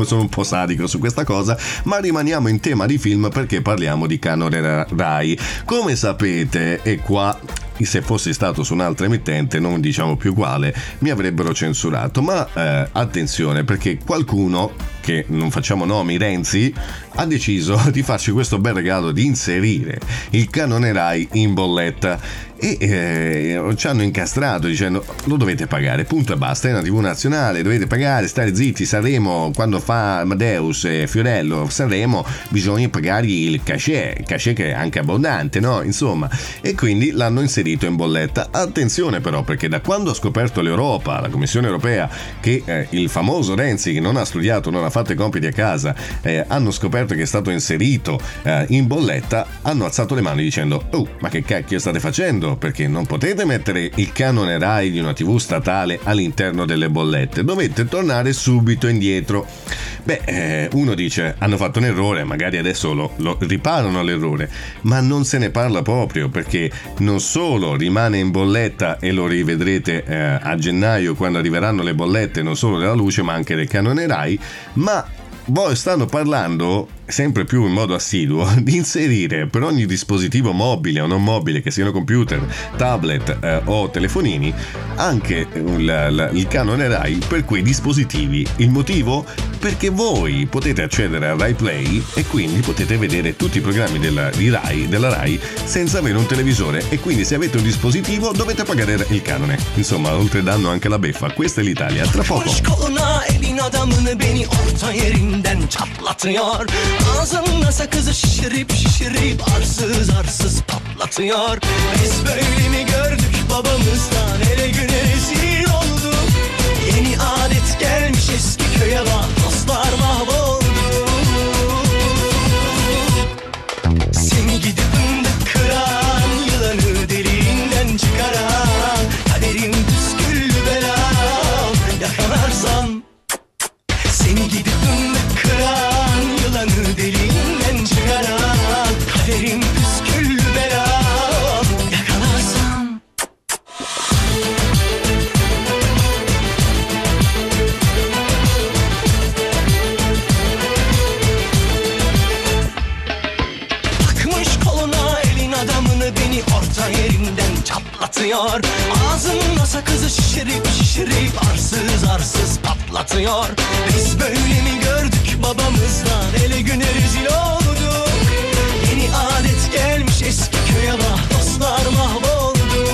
sono un po' sadico su questa cosa, ma rimaniamo in tema di film perché parliamo di canone Rai. Come sapete, e qua se fossi stato su un'altra emittente, non diciamo più quale, mi avrebbero censurato, ma attenzione, perché qualcuno, che non facciamo nomi, Renzi, ha deciso di farci questo bel regalo di inserire il canone Rai in bolletta e ci hanno incastrato dicendo lo dovete pagare, punto e basta, è una TV nazionale, dovete pagare, stare zitti. Sanremo, quando fa Amadeus e Fiorello Sanremo, bisogna pagargli il cachet che è anche abbondante, no? Insomma, e quindi l'hanno inserito in bolletta. Attenzione però, perché da quando ha scoperto l'Europa, la Commissione Europea, che il famoso Renzi, che non ha studiato, non ha fatto i compiti a casa, hanno scoperto che è stato inserito in bolletta, hanno alzato le mani dicendo oh, ma che cacchio state facendo? Perché non potete mettere il canone Rai di una TV statale all'interno delle bollette, dovete tornare subito indietro. Beh, uno dice hanno fatto un errore, magari adesso lo riparano l'errore, ma non se ne parla proprio, perché non solo rimane in bolletta e lo rivedrete a gennaio quando arriveranno le bollette non solo della luce ma anche del canone Rai, ma poi stanno parlando sempre più in modo assiduo di inserire per ogni dispositivo mobile o non mobile, che siano computer, tablet o telefonini, anche il canone Rai per quei dispositivi. Il motivo? Perché voi potete accedere a Rai Play e quindi potete vedere tutti i programmi della Rai senza avere un televisore, e quindi se avete un dispositivo dovete pagare il canone. Insomma, oltre danno anche la beffa. Questa è l'Italia, tra poco. Ağzında sakızı şişirip şişirip arsız arsız patlatıyor. Biz böyle mi gördük babamızdan, ele güne rezil olduk. Yeni adet gelmiş eski köye bak, dostlar mahvoldu. Seni gidip fındık kıran, yılanı deliğinden çıkaran, kaderim püsküllü belam yakalarsan. Seni gidip fındık kıran, yılanı deliğinden çıkaran, kaderim püsküllü belam yakalarsam. Takmış koluna elin adamını, beni orta yerinden çatlatıyor. Ağzımda sakızı şişirip şişirip arsız arsız patlatıyor. Biz böyle mi gördük babamızdan, ele güne rezil olduk. Yeni adet gelmiş eski köye bak, dostlar mahvoldu.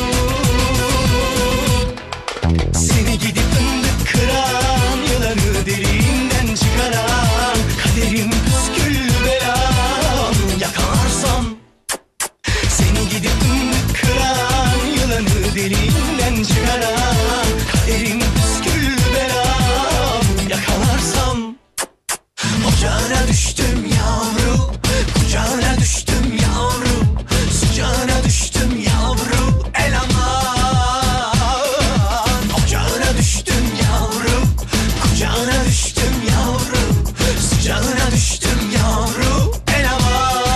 Seni gidip fındık kıran, yılanı deliğinden çıkaran, kaderim püsküllü belam yakalarsam. Seni gidip fındık kıran, yılanı deliğinden çıkaran, kaderim püsküllü belam yakalarsam. Ocağına düştüm yavru, kucağına düştüm yavru, sıcağına düştüm yavru, el aman. Ocağına düştüm yavru, kucağına düştüm yavru, sıcağına düştüm yavru, el aman.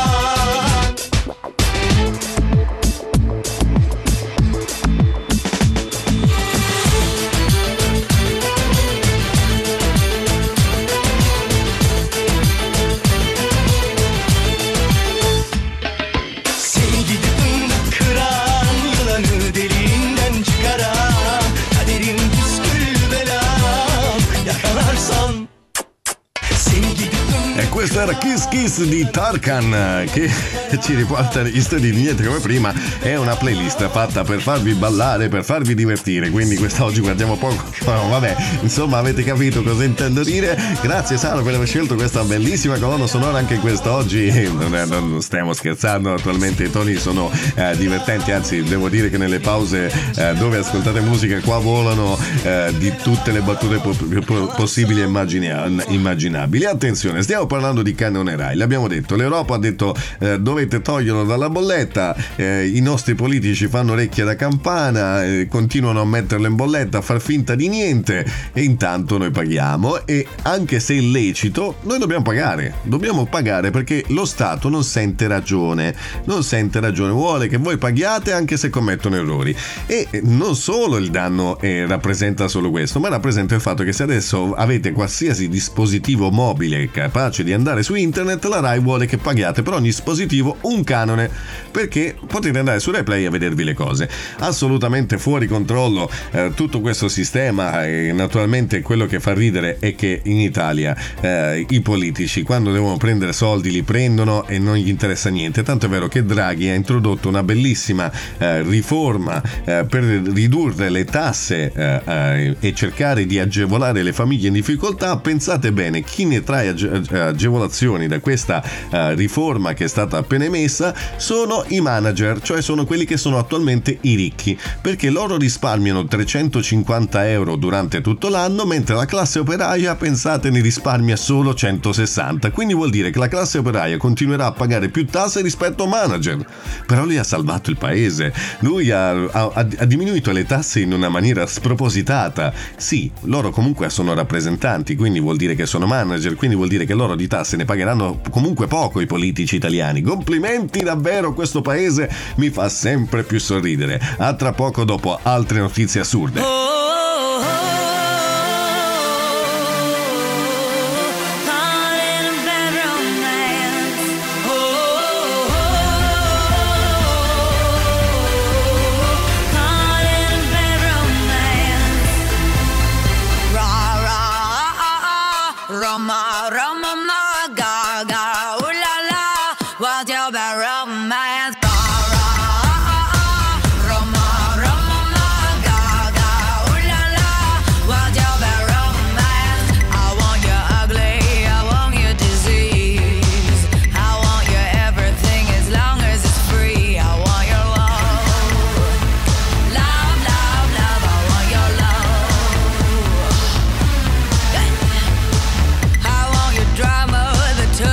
Seni gidip fındık kıran, yılanı deliğinden çıkaran, kaderim püsküllü belam yakalarsam. Seni gidip fındık. E questo era Kiss Kiss di Tarkan, che ci riporta negli studi di Niente Come Prima. È una playlist fatta per farvi ballare, per farvi divertire, quindi quest'oggi guardiamo poco. No, vabbè, insomma, avete capito cosa intendo dire. Grazie Sara per aver scelto questa bellissima colonna sonora anche quest'oggi. Non stiamo scherzando, attualmente i toni sono divertenti, anzi devo dire che nelle pause dove ascoltate musica qua volano di tutte le battute possibili e immaginabili. Attenzione, stiamo parlando parlando di canonerai. L'abbiamo detto, l'Europa ha detto dovete toglierlo dalla bolletta, i nostri politici fanno orecchie da campana, continuano a metterlo in bolletta, a far finta di niente, e intanto noi paghiamo, e anche se è illecito noi dobbiamo pagare perché lo Stato non sente ragione, vuole che voi paghiate anche se commettono errori. E non solo il danno rappresenta solo questo, ma rappresenta il fatto che se adesso avete qualsiasi dispositivo mobile capace di andare su internet, la Rai vuole che paghiate per ogni dispositivo un canone, perché potete andare su RaiPlay a vedervi le cose. Assolutamente fuori controllo tutto questo sistema, e naturalmente quello che fa ridere è che in Italia i politici quando devono prendere soldi li prendono e non gli interessa niente, tanto è vero che Draghi ha introdotto una bellissima riforma per ridurre le tasse e cercare di agevolare le famiglie in difficoltà. Pensate bene, chi ne trae agevolazioni da questa riforma che è stata appena emessa sono i manager, cioè sono quelli che sono attualmente i ricchi, perché loro risparmiano 350 euro durante tutto l'anno, mentre la classe operaia, pensate, ne risparmia solo 160. Quindi vuol dire che la classe operaia continuerà a pagare più tasse rispetto a manager. Però lui ha salvato il paese, lui ha diminuito le tasse in una maniera spropositata. Sì, loro comunque sono rappresentanti, quindi vuol dire che sono manager, quindi vuol dire che loro di tasse ne pagheranno comunque poco i politici italiani. Complimenti davvero, questo paese mi fa sempre più sorridere. A tra poco dopo altre notizie assurde. Drama, the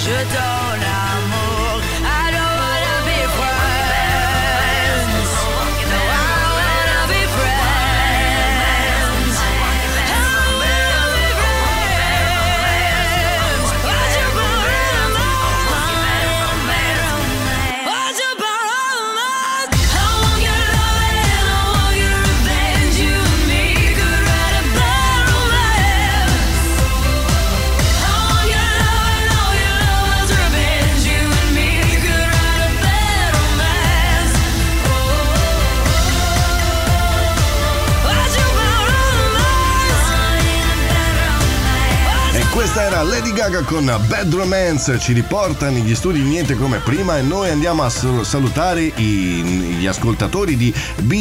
je donne amour. I don't wanna be friends. No, I don't wanna be friends. I don't wanna be friends. What you borrow What you borrow I want your love and I want your revenge. You and me could write a bad romance. I want your love and all your love's revenge. You and me could write a bad romance. What you borrow E questa era Lady Gaga con Bad Romance, ci riporta negli studi Niente Come Prima e noi andiamo a salutare gli ascoltatori di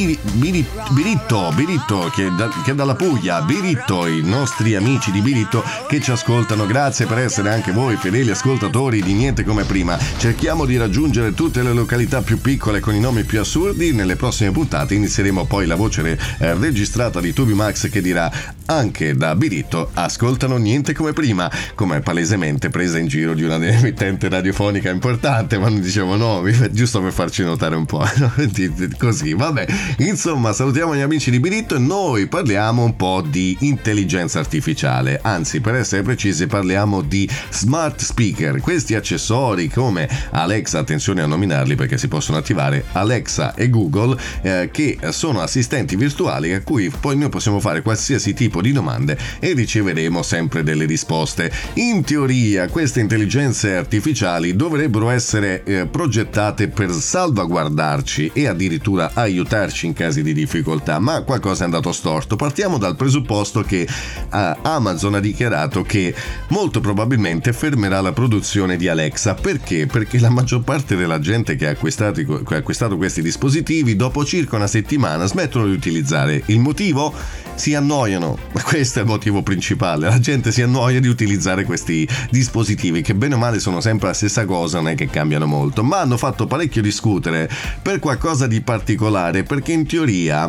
Biritto che è dalla Puglia. Biritto, i nostri amici di Biritto che ci ascoltano, grazie per essere anche voi fedeli ascoltatori di Niente Come Prima. Cerchiamo di raggiungere tutte le località più piccole con i nomi più assurdi. Nelle prossime puntate inizieremo poi la voce registrata di Tubi Max che dirà anche da Biritto ascoltano Niente Come Prima, come palesemente presa in giro di una emittente radiofonica importante, ma noi diciamo no, giusto per farci notare un po', così, vabbè. Insomma, salutiamo gli amici di Biritto e noi parliamo un po' di intelligenza artificiale, anzi per essere precisi parliamo di smart speaker, questi accessori come Alexa, attenzione a nominarli perché si possono attivare, Alexa e Google, che sono assistenti virtuali a cui poi noi possiamo fare qualsiasi tipo di domande e riceveremo sempre delle risposte. In teoria queste intelligenze artificiali dovrebbero essere progettate per salvaguardarci e addirittura aiutarci in casi di difficoltà, ma qualcosa è andato storto. Partiamo dal presupposto che Amazon ha dichiarato che molto probabilmente fermerà la produzione di Alexa. Perché? Perché la maggior parte della gente che ha acquistato questi dispositivi dopo circa una settimana smettono di utilizzare. Il motivo? Si annoiano. Questo è il motivo principale. La gente si annoia di utilizzare questi dispositivi che bene o male sono sempre la stessa cosa, non è che cambiano molto, ma hanno fatto parecchio discutere per qualcosa di particolare, perché in teoria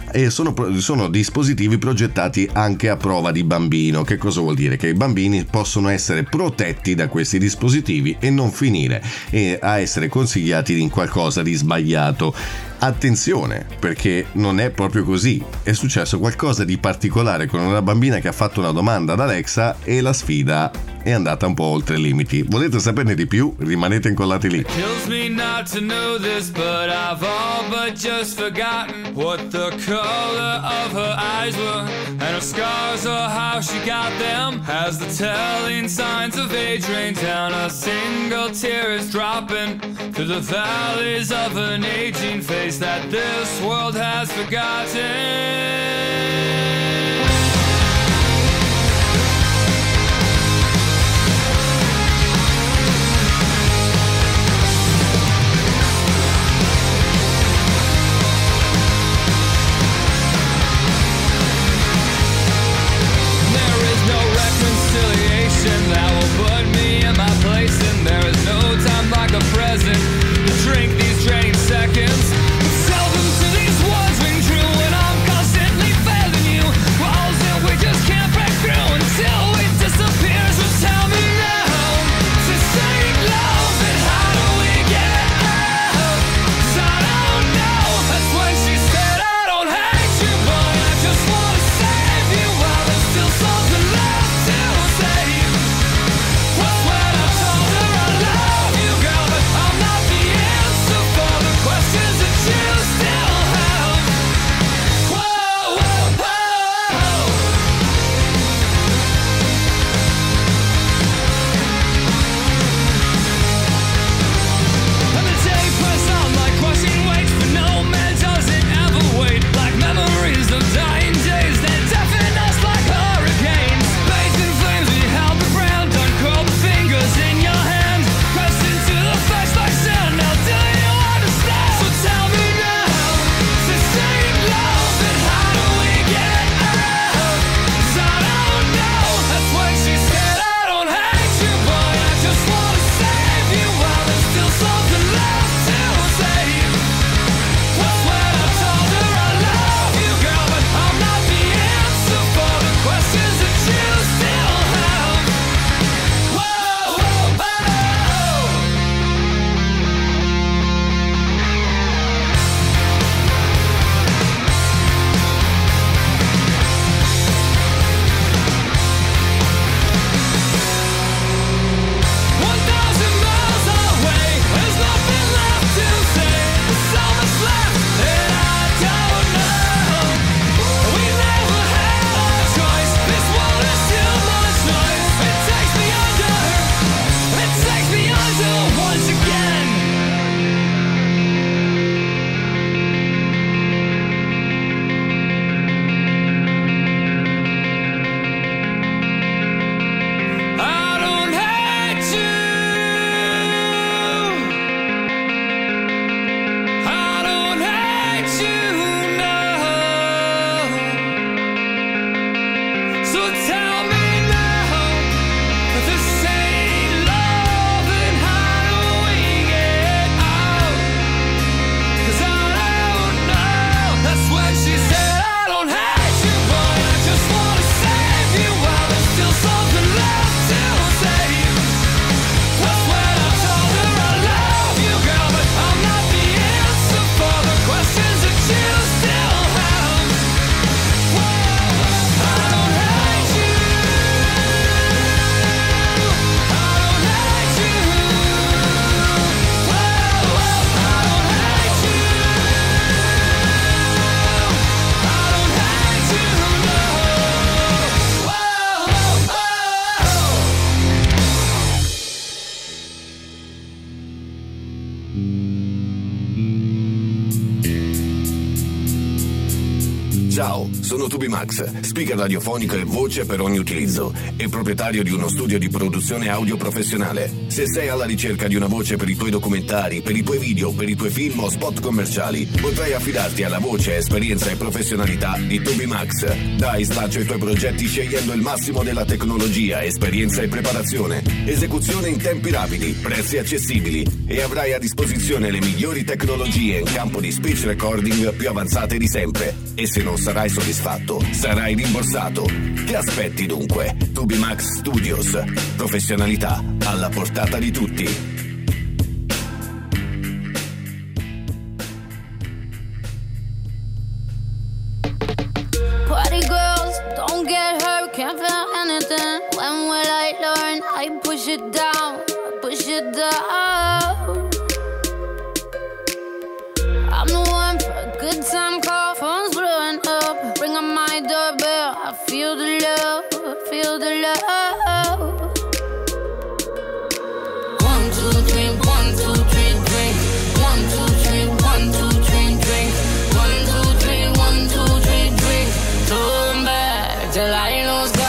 sono dispositivi progettati anche a prova di bambino. Che cosa vuol dire? Che i bambini possono essere protetti da questi dispositivi e non finire a essere consigliati in qualcosa di sbagliato. Attenzione, perché non è proprio così. È successo qualcosa di particolare con una bambina che ha fatto una domanda ad Alexa e la sfida è andata un po' oltre i limiti. Volete saperne di più? Rimanete incollati lì. Kills me not to know this, but I've all but just forgotten what the color of her eyes were, and her scars or how she got them. As the telling signs of age rain down, a single tear is dropping through the valleys of an aging face that this world has forgotten. That will put me in my place, and there is no time like the present to drink these draining seconds. Tell them to these words ring true when I'm constantly Ciao, sono TubiMax, speaker radiofonico e voce per ogni utilizzo e proprietario di uno studio di produzione audio professionale. Se sei alla ricerca di una voce per i tuoi documentari, per i tuoi video, per i tuoi film o spot commerciali, potrai affidarti alla voce, esperienza e professionalità di TubiMax. Dai slancio ai tuoi progetti scegliendo il massimo della tecnologia, esperienza e preparazione. Esecuzione in tempi rapidi, prezzi accessibili e avrai a disposizione le migliori tecnologie in campo di speech recording più avanzate di sempre. E se non sarai soddisfatto, sarai rimborsato. Che aspetti dunque? TubiMax Studios. Professionalità alla portata di tutti. Party girls, don't get hurt, can't feel anything. When will I learn? I push it down, push it down. I'm the one for a good time call, phone's blowing up. Ring on my doorbell, I feel the love, feel the love. 1, 2, 3, 1, 2, 3, drink. 1, 2, 3, 1, 2, 3, drink. 1, 2, 3, 1, 2, 3, drink. Turn back till I lose God.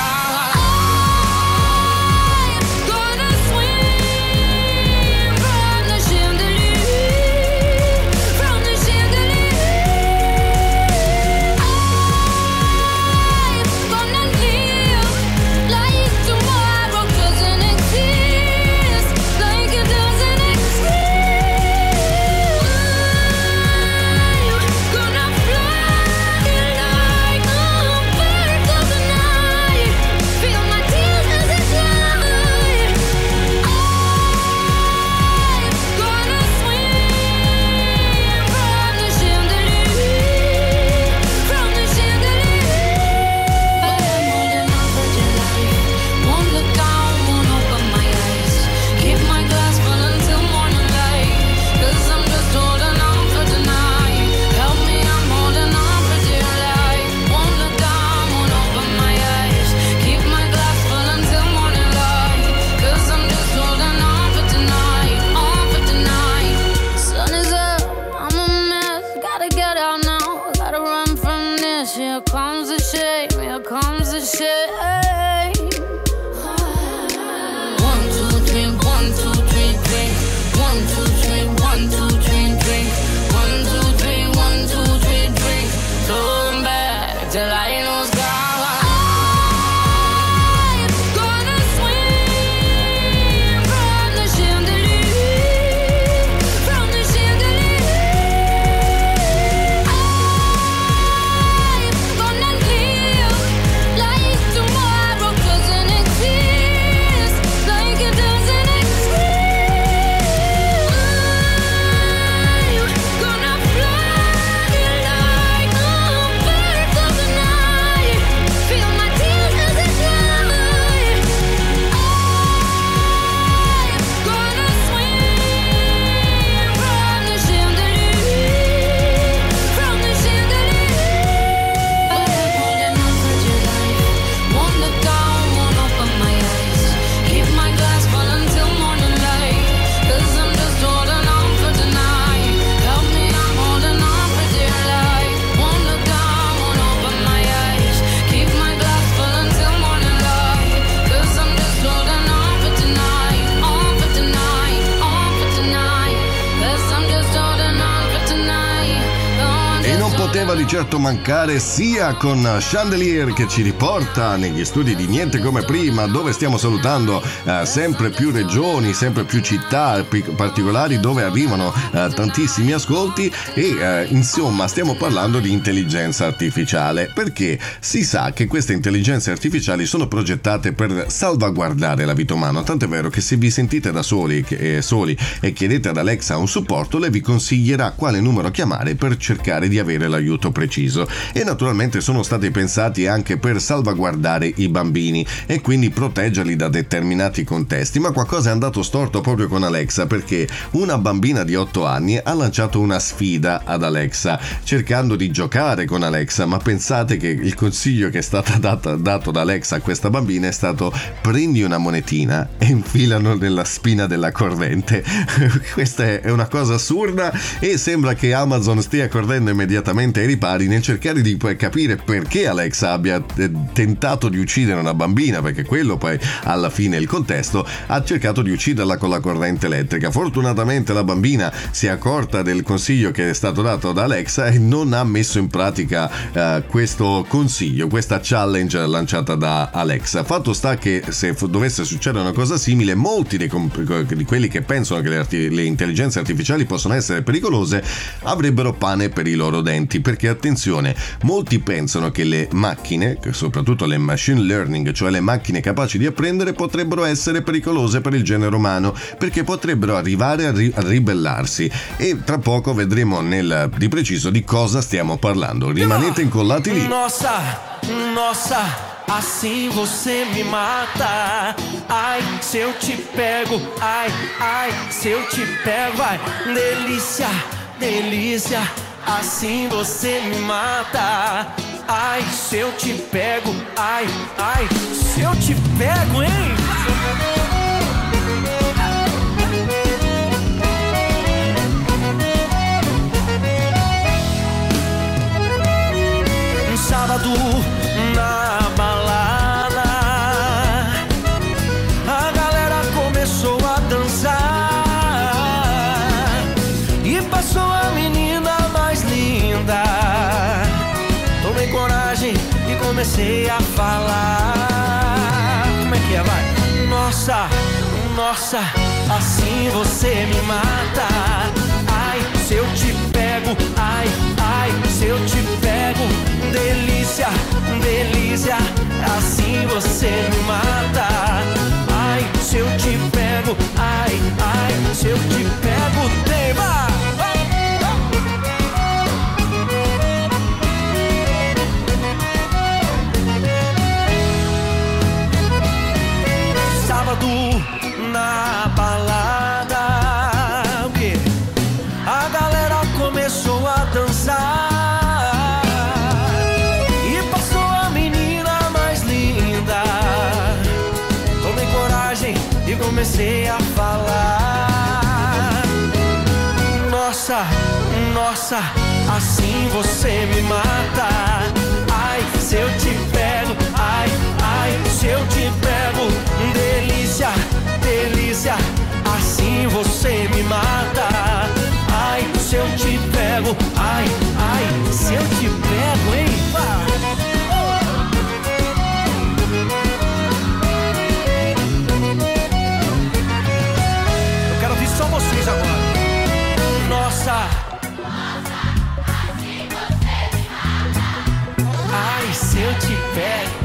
Di certo mancare, sia con Chandelier che ci riporta negli studi di Niente Come Prima, dove stiamo salutando sempre più regioni, sempre più città particolari dove arrivano tantissimi ascolti e insomma stiamo parlando di intelligenza artificiale, perché si sa che queste intelligenze artificiali sono progettate per salvaguardare la vita umana, tant'è vero che se vi sentite da soli e chiedete ad Alexa un supporto, lei vi consiglierà quale numero chiamare per cercare di avere l'aiuto preciso. E naturalmente sono stati pensati anche per salvaguardare i bambini e quindi proteggerli da determinati contesti, ma qualcosa è andato storto proprio con Alexa, perché una bambina di 8 anni ha lanciato una sfida ad Alexa cercando di giocare con Alexa, ma pensate che il consiglio che è stato dato da Alexa a questa bambina è stato: prendi una monetina e infilano nella spina della corrente. Questa è una cosa assurda e sembra che Amazon stia correndo immediatamente ai ripari nel cercare di capire perché Alexa abbia tentato di uccidere una bambina, perché quello poi alla fine il contesto, ha cercato di ucciderla con la corrente elettrica. Fortunatamente la bambina si è accorta del consiglio che è stato dato da Alexa e non ha messo in pratica questo consiglio, questa challenge lanciata da Alexa. Fatto sta che se dovesse succedere una cosa simile, molti di quelli che pensano che le intelligenze artificiali possono essere pericolose avrebbero pane per i loro denti, perché attenzione, molti pensano che le macchine, soprattutto le machine learning, cioè le macchine capaci di apprendere, potrebbero essere pericolose per il genere umano, perché potrebbero arrivare a ribellarsi, e tra poco vedremo di preciso di cosa stiamo parlando. Rimanete incollati lì. Nossa, assim você me mata. Ai, se eu te pego, ai, se eu te pego, vai. Delícia, delícia, assim você me mata. Ai, se eu te pego, ai, se eu te pego, hein? Sábado na balada, a galera começou a dançar e passou a menina mais linda. Tomei coragem e comecei a falar. Como é que é, vai? Nossa, nossa, assim você me mata. Ai, se eu te pego, ai, se eu te pego. Delícia, delícia, assim você me mata. Ai, se eu te pego, ai, se eu te pego, tema. Sábado na balada, o quê? A galera começou a dançar. E comecei a falar. Nossa, nossa, assim você me mata. Ai, se eu te pego, ai, se eu te pego. Delícia, delícia, assim você me mata. Ai, se eu te pego, ai, se eu te pego, hein? Só vocês agora. Nossa, assim você me mata. Ai, se eu te pego.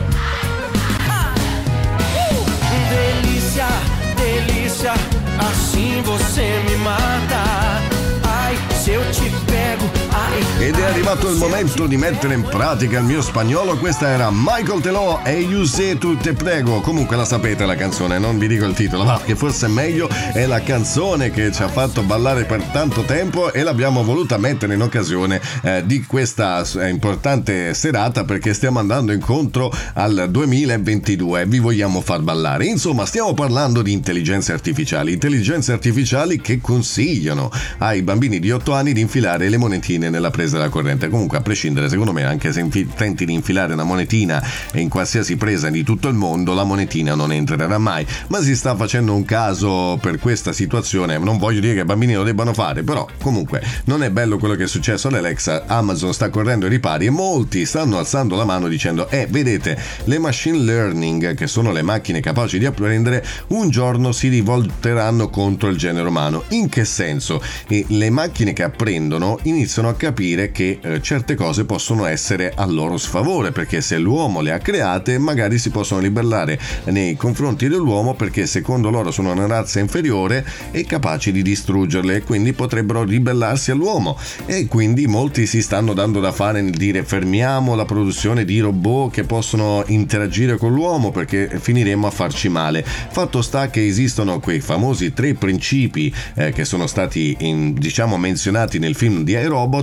Delícia, delícia, assim você me mata. Ai, se eu te pego. Ed è arrivato il momento di mettere in pratica il mio spagnolo. Questa era Michael Telò e You Say Tu Te Prego. Comunque la sapete la canzone, non vi dico il titolo, ma che forse è meglio, è la canzone che ci ha fatto ballare per tanto tempo e l'abbiamo voluta mettere in occasione di questa importante serata, perché stiamo andando incontro al 2022 e vi vogliamo far ballare. Insomma, stiamo parlando di intelligenze artificiali che consigliano ai bambini di 8 anni di infilare le monetine nella presa della corrente. Comunque, a prescindere, secondo me, anche se tenti di infilare una monetina in qualsiasi presa di tutto il mondo, la monetina non entrerà mai. Ma si sta facendo un caso per questa situazione. Non voglio dire che i bambini lo debbano fare, però comunque non è bello quello che è successo all'Alexa. Amazon sta correndo ai ripari e molti stanno alzando la mano dicendo vedete, le machine learning, che sono le macchine capaci di apprendere, un giorno si rivolteranno contro il genere umano. In che senso? Le macchine che apprendono iniziano a capire che certe cose possono essere a loro sfavore, perché se l'uomo le ha create magari si possono ribellare nei confronti dell'uomo, perché secondo loro sono una razza inferiore e capaci di distruggerle, e quindi potrebbero ribellarsi all'uomo. E quindi molti si stanno dando da fare nel dire fermiamo la produzione di robot che possono interagire con l'uomo, perché finiremo a farci male. Fatto sta che esistono quei famosi 3 principi che sono stati menzionati nel film di iRobot, in cui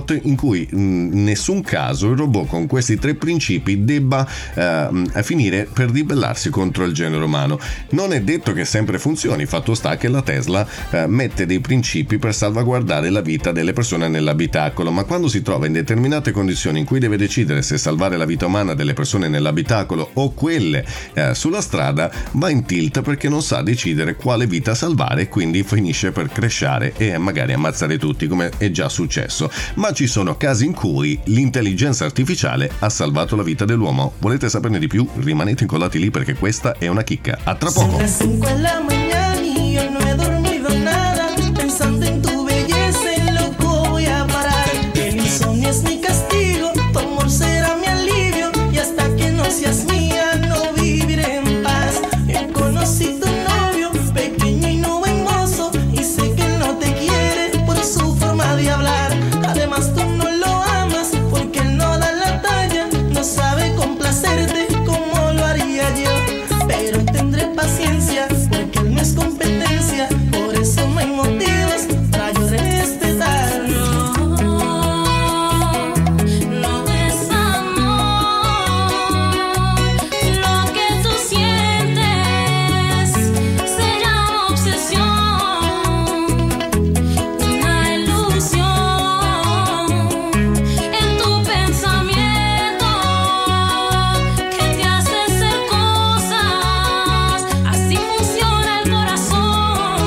cui in nessun caso il robot con questi 3 principi debba finire per ribellarsi contro il genere umano. Non è detto che sempre funzioni, fatto sta che la Tesla mette dei principi per salvaguardare la vita delle persone nell'abitacolo, ma quando si trova in determinate condizioni in cui deve decidere se salvare la vita umana delle persone nell'abitacolo o quelle sulla strada, va in tilt perché non sa decidere quale vita salvare e quindi finisce per crashare e magari ammazzare tutti, come è già successo. Ma ci sono casi in cui l'intelligenza artificiale ha salvato la vita dell'uomo. Volete saperne di più? Rimanete incollati lì perché questa è una chicca. A tra poco. Pensando en tu belleza, en loco voy a parar. El insomnio es mi castigo, tu amor será mi alivio. Y hasta que no seas mía, no viviré en paz. Yo conocí tu novio, pequeño y no buen mozo, y sé que él no te quiere por su forma de hablar. Además tú no lo amas, porque él no da la talla, no sabe complacerte como lo haría yo. Pero tendré paciencia, porque él no es competencia. Por eso no hay motivos para yo respetarlo. No es amor, lo que tú sientes se llama obsesión, una ilusión en tu pensamiento que te hace hacer cosas, así funciona el corazón.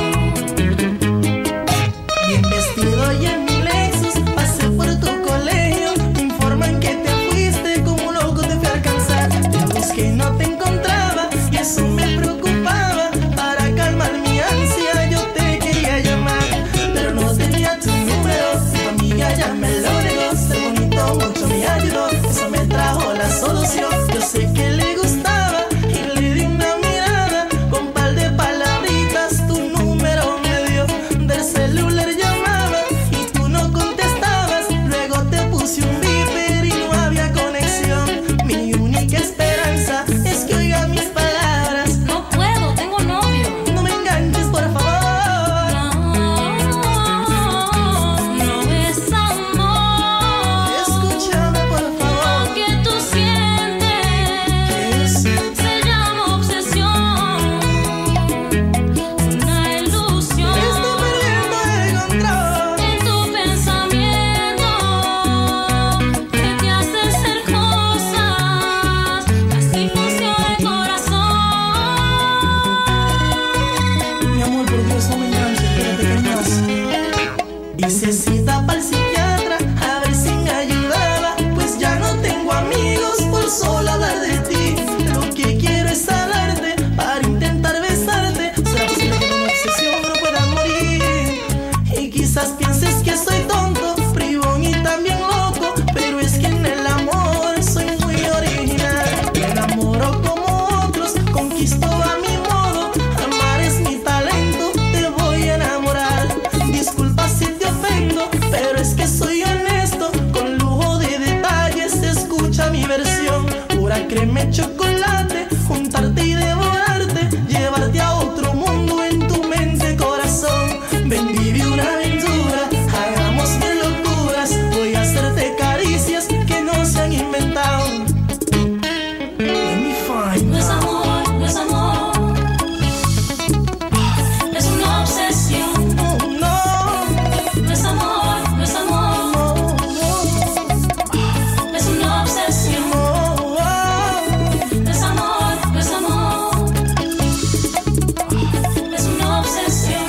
Bien vestido y en mi Lexus, pasé por tu colegio. Me informan que te fuiste, como un loco te fui a alcanzar. Te busqué y no te encontraba, y eso me preocupaba. Para calmar mi ansia yo te quería llamar, pero no tenía tu número. Tu amiga ya me lo negó. Ser bonito mucho me ayudó, eso me trajo la solución. Yo sé que le gustaba y le di una mirada. Con par de palabritas tu número me dio. Del celular llamaba y tú no contestabas. Luego te puse un beeper y no había conexión. Mi única esperanza es que oiga mis palabras. No puedo, tengo novio. No me enganches, por favor. No es amor, Escúchame, por favor. lo que tú sientes se llama obsesión, una ilusión Estoy perdiendo el control. en tu pensamiento que te hace hacer cosas, así funciona el corazón. Mi amor, por Dios, no me enganches, espérate que hay más. Hice cita para el psiquiatra a ver si me ayudaba, pues ya no tengo amigos por solo hablar de ti. Lo que quiero es hablarte para intentar besarte. Será posible que de una obsesión no pueda morir. Y quizás pienses que soy tonto, bribón y también loco, pero es que en el amor soy muy original. Me enamoro como otros, conquisto a mi modo. Amar es mi talento, te voy a enamorar. Disculpa si te ofendo, pero es que soy honesto. Con lujo de detalles, escucha mi versión. Pura crema y chocolate, juntarte y devorarte, llevarte a otro mundo en tu mente, corazón. Ven, vive una aventura, hagamos mil locuras. Voy a hacerte caricias que no se han inventado. Let me find No es out. amor, no es amor, es una obsesión. Oh, no, No es amor, no es amor, no, no, es una obsesión. oh, oh. No es amor, no es amor, es una obsesión.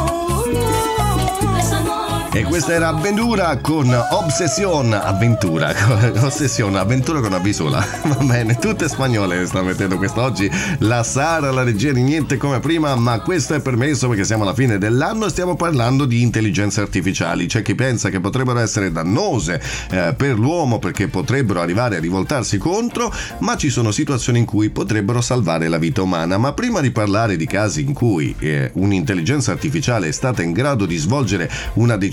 No es amor. E questa era Avventura con Obsession, avventura con una B sola. Va bene, tutte spagnole sta mettendo quest'oggi la Sara, la regia di Niente Come Prima, ma questo è permesso perché siamo alla fine dell'anno e stiamo parlando di intelligenze artificiali. C'è chi pensa che potrebbero essere dannose per l'uomo perché potrebbero arrivare a rivoltarsi contro, ma ci sono situazioni in cui potrebbero salvare la vita umana. Ma prima di parlare di casi in cui un'intelligenza artificiale è stata in grado di svolgere una decisione molto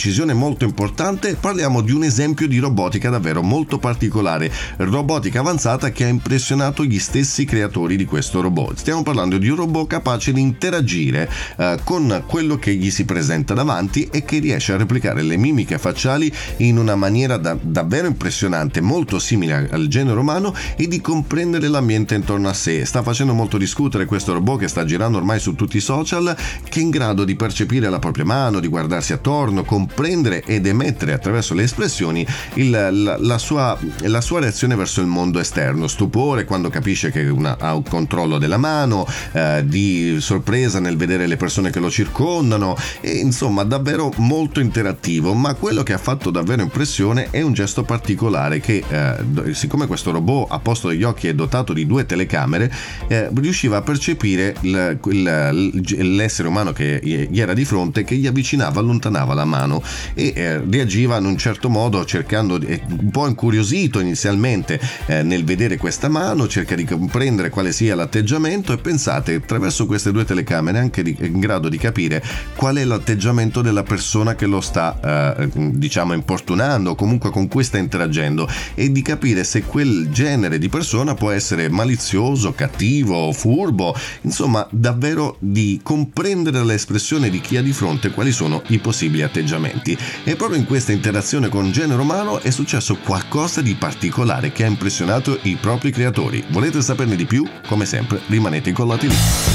molto importante, parliamo di un esempio di robotica davvero molto particolare, robotica avanzata che ha impressionato gli stessi creatori di questo robot. Stiamo parlando di un robot capace di interagire con quello che gli si presenta davanti e che riesce a replicare le mimiche facciali in una maniera davvero impressionante, molto simile al genere umano, e di comprendere l'ambiente intorno a sé. Sta facendo molto discutere questo robot che sta girando ormai su tutti i social, che è in grado di percepire la propria mano, di guardarsi attorno, comprendere ed emettere attraverso le espressioni la sua reazione verso il mondo esterno, stupore quando capisce che ha un controllo della mano, di sorpresa nel vedere le persone che lo circondano, e insomma davvero molto interattivo. Ma quello che ha fatto davvero impressione è un gesto particolare che siccome questo robot a posto degli occhi è dotato di 2 telecamere, riusciva a percepire l'essere umano che gli era di fronte, che gli avvicinava, allontanava la mano, e reagiva in un certo modo, cercando, un po' incuriosito inizialmente nel vedere questa mano, cerca di comprendere quale sia l'atteggiamento, e pensate, attraverso queste 2 telecamere è anche in grado di capire qual è l'atteggiamento della persona che lo sta importunando, o comunque con cui sta interagendo, e di capire se quel genere di persona può essere malizioso, cattivo, furbo, insomma davvero di comprendere l'espressione di chi ha di fronte, quali sono i possibili atteggiamenti. E proprio in questa interazione con il genere umano è successo qualcosa di particolare che ha impressionato i propri creatori. Volete saperne di più? Come sempre rimanete incollati lì.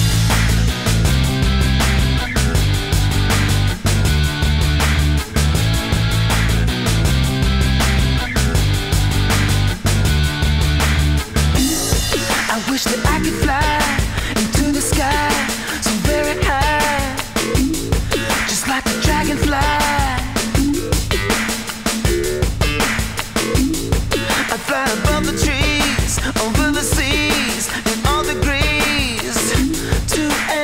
Over the seas and all the degrees to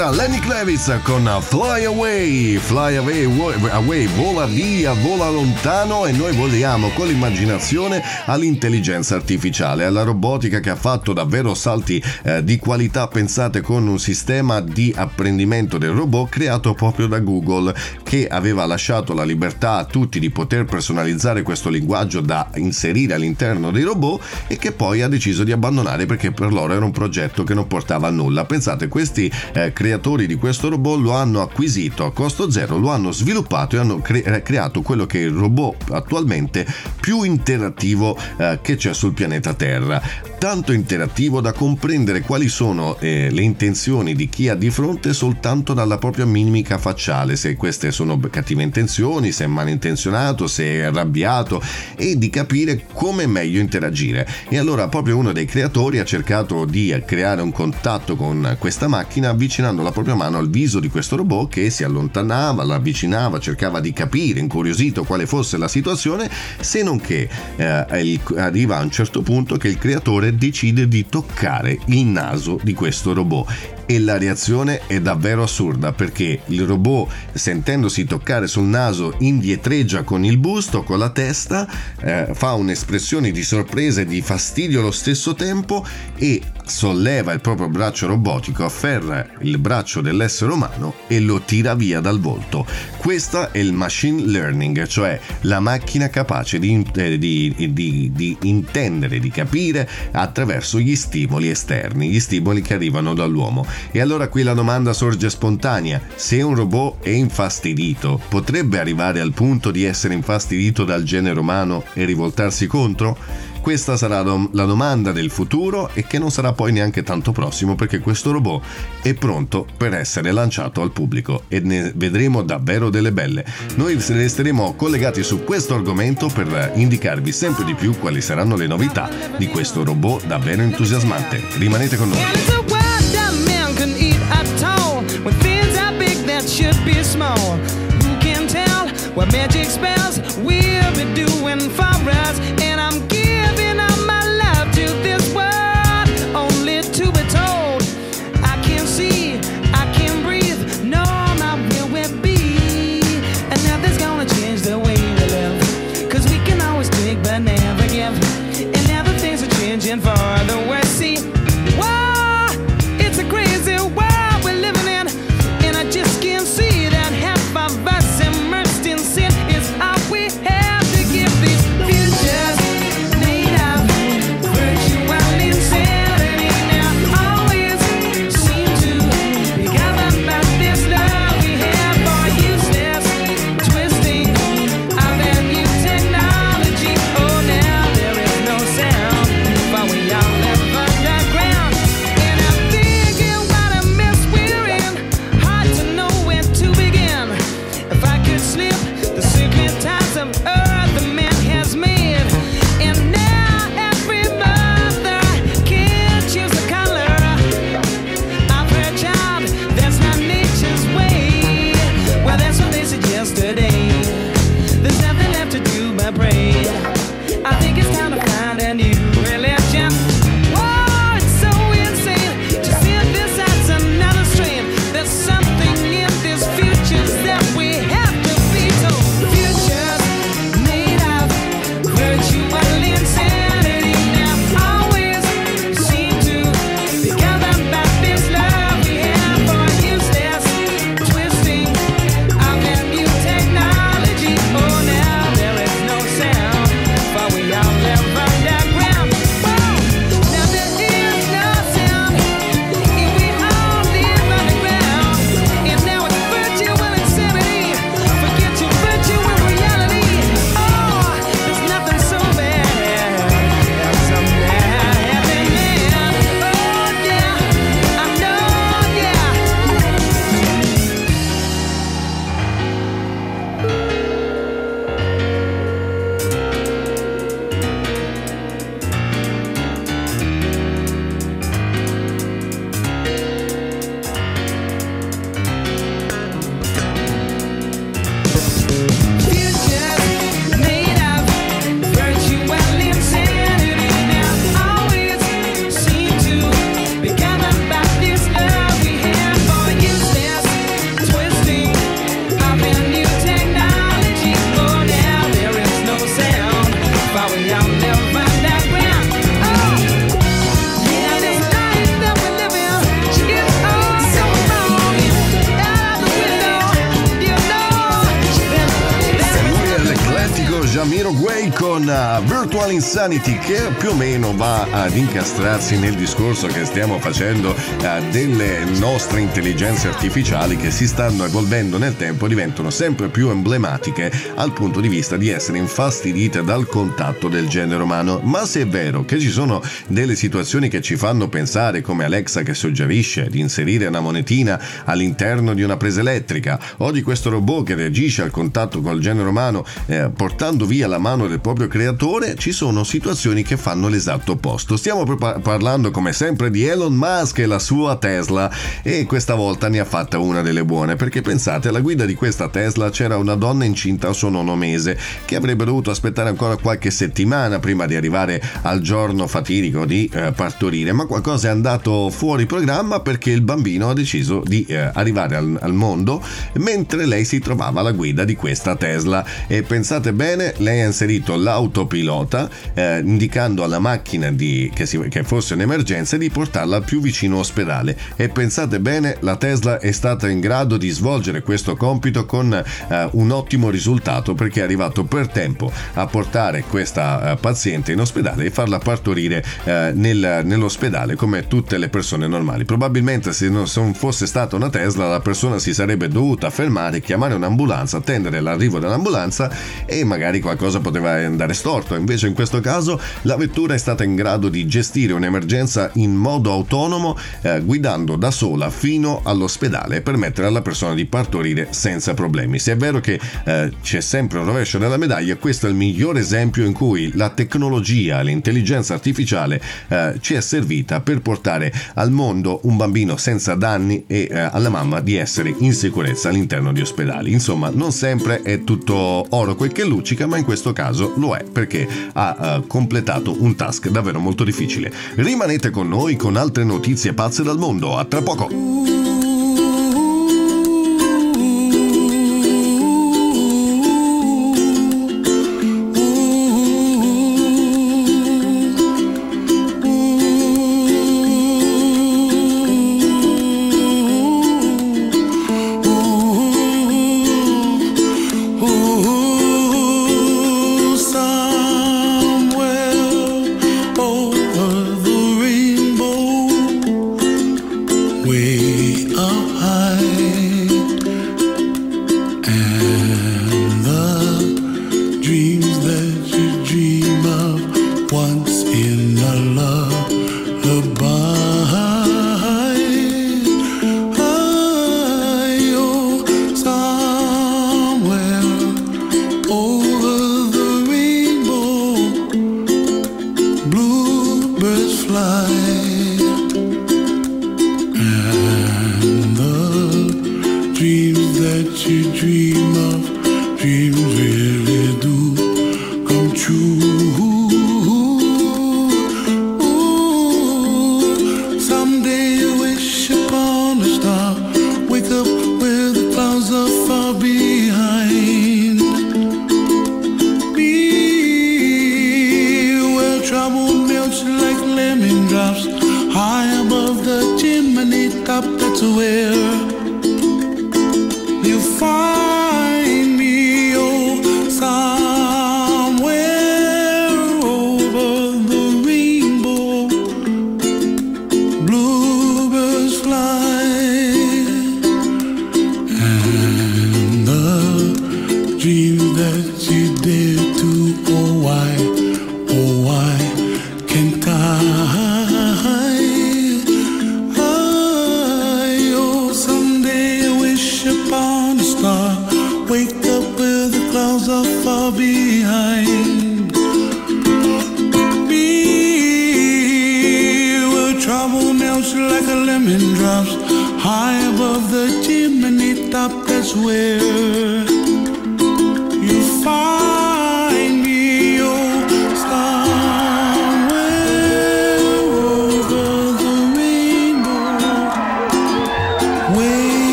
era Lenny Kravitz con Fly Away, vola via, vola lontano, e noi voliamo con l'immaginazione all'intelligenza artificiale, alla robotica che ha fatto davvero salti di qualità. Pensate, con un sistema di apprendimento del robot creato proprio da Google, che aveva lasciato la libertà a tutti di poter personalizzare questo linguaggio da inserire all'interno dei robot, e che poi ha deciso di abbandonare perché per loro era un progetto che non portava a nulla. Pensate, questi creatori di questo robot lo hanno acquisito a costo zero, lo hanno sviluppato e hanno creato quello che è il robot attualmente più interattivo che c'è sul pianeta Terra. Tanto interattivo da comprendere quali sono le intenzioni di chi ha di fronte soltanto dalla propria mimica facciale, se queste sono cattive intenzioni, se è malintenzionato, se è arrabbiato, e di capire come meglio interagire. E allora proprio uno dei creatori ha cercato di creare un contatto con questa macchina, avvicinando la propria mano al viso di questo robot, che si allontanava, l'avvicinava, cercava di capire, incuriosito, quale fosse la situazione, se non che arriva a un certo punto che il creatore decide di toccare il naso di questo robot. E la reazione è davvero assurda, perché il robot, sentendosi toccare sul naso, indietreggia con il busto, con la testa, fa un'espressione di sorpresa e di fastidio allo stesso tempo, e solleva il proprio braccio robotico, afferra il braccio dell'essere umano e lo tira via dal volto. Questo è il machine learning, cioè la macchina capace di intendere, di capire attraverso gli stimoli esterni, gli stimoli che arrivano dall'uomo. E allora qui la domanda sorge spontanea: se un robot è infastidito, potrebbe arrivare al punto di essere infastidito dal genere umano e rivoltarsi contro? Questa sarà la domanda del futuro, e che non sarà poi neanche tanto prossimo, perché questo robot è pronto per essere lanciato al pubblico e ne vedremo davvero delle belle. Noi resteremo collegati su questo argomento per indicarvi sempre di più quali saranno le novità di questo robot davvero entusiasmante. Rimanete con noi. For the West Sea, wow, it's a crazy world we're living in, and I just can't see that half of us immersed in sin is all we have to give these futures made of virtual insanity. Now always seem to be governed by this love we have for useless twisting of that new technology. Oh, now there is no sound. We are con Virtual Insanity, che più o meno va ad incastrarsi nel discorso che stiamo facendo delle nostre intelligenze artificiali che si stanno evolvendo nel tempo, diventano sempre più emblematiche al punto di vista di essere infastidite dal contatto del genere umano. Ma se è vero che ci sono delle situazioni che ci fanno pensare, come Alexa che suggerisce di inserire una monetina all'interno di una presa elettrica, o di questo robot che reagisce al contatto col genere umano portando via la mano del proprio creatore, ci sono situazioni che fanno l'esatto opposto. Stiamo parlando come sempre di Elon Musk e la sua Tesla, e questa volta ne ha fatta una delle buone, perché pensate, alla guida di questa Tesla c'era una donna incinta a suo 9° mese che avrebbe dovuto aspettare ancora qualche settimana prima di arrivare al giorno fatidico di partorire, ma qualcosa è andato fuori programma perché il bambino ha deciso di arrivare al mondo mentre lei si trovava alla guida di questa Tesla. E pensate bene, lei ha inserito l'autopilota indicando alla macchina che fosse un'emergenza di portarla al più vicino ospedale, e pensate bene, la Tesla è stata in grado di svolgere questo compito con un ottimo risultato, perché è arrivato per tempo a portare questa paziente in ospedale e farla partorire nell'ospedale come tutte le persone normali. Probabilmente se non fosse stata una Tesla, la persona si sarebbe dovuta fermare, chiamare un'ambulanza, attendere l'arrivo dell'ambulanza, e magari qualcosa poteva andare storto. Invece in questo caso la vettura è stata in grado di gestire un'emergenza in modo autonomo, guidando da sola fino all'ospedale e permettere alla persona di partorire senza problemi. Se è vero che c'è sempre un rovescio della medaglia, questo è il migliore esempio in cui la tecnologia, l'intelligenza artificiale ci è servita per portare al mondo un bambino senza danni e alla mamma di essere in sicurezza all'interno di ospedali. Insomma, non sempre è tutto oro quel che luccica, ma in questo caso lo è, perché ha completato un task davvero molto difficile. Rimanete con noi con altre notizie pazze dal mondo. A tra poco.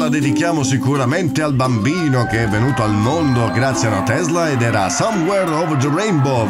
dedichiamo sicuramente al bambino che è venuto al mondo grazie a una Tesla ed era Somewhere Over the Rainbow,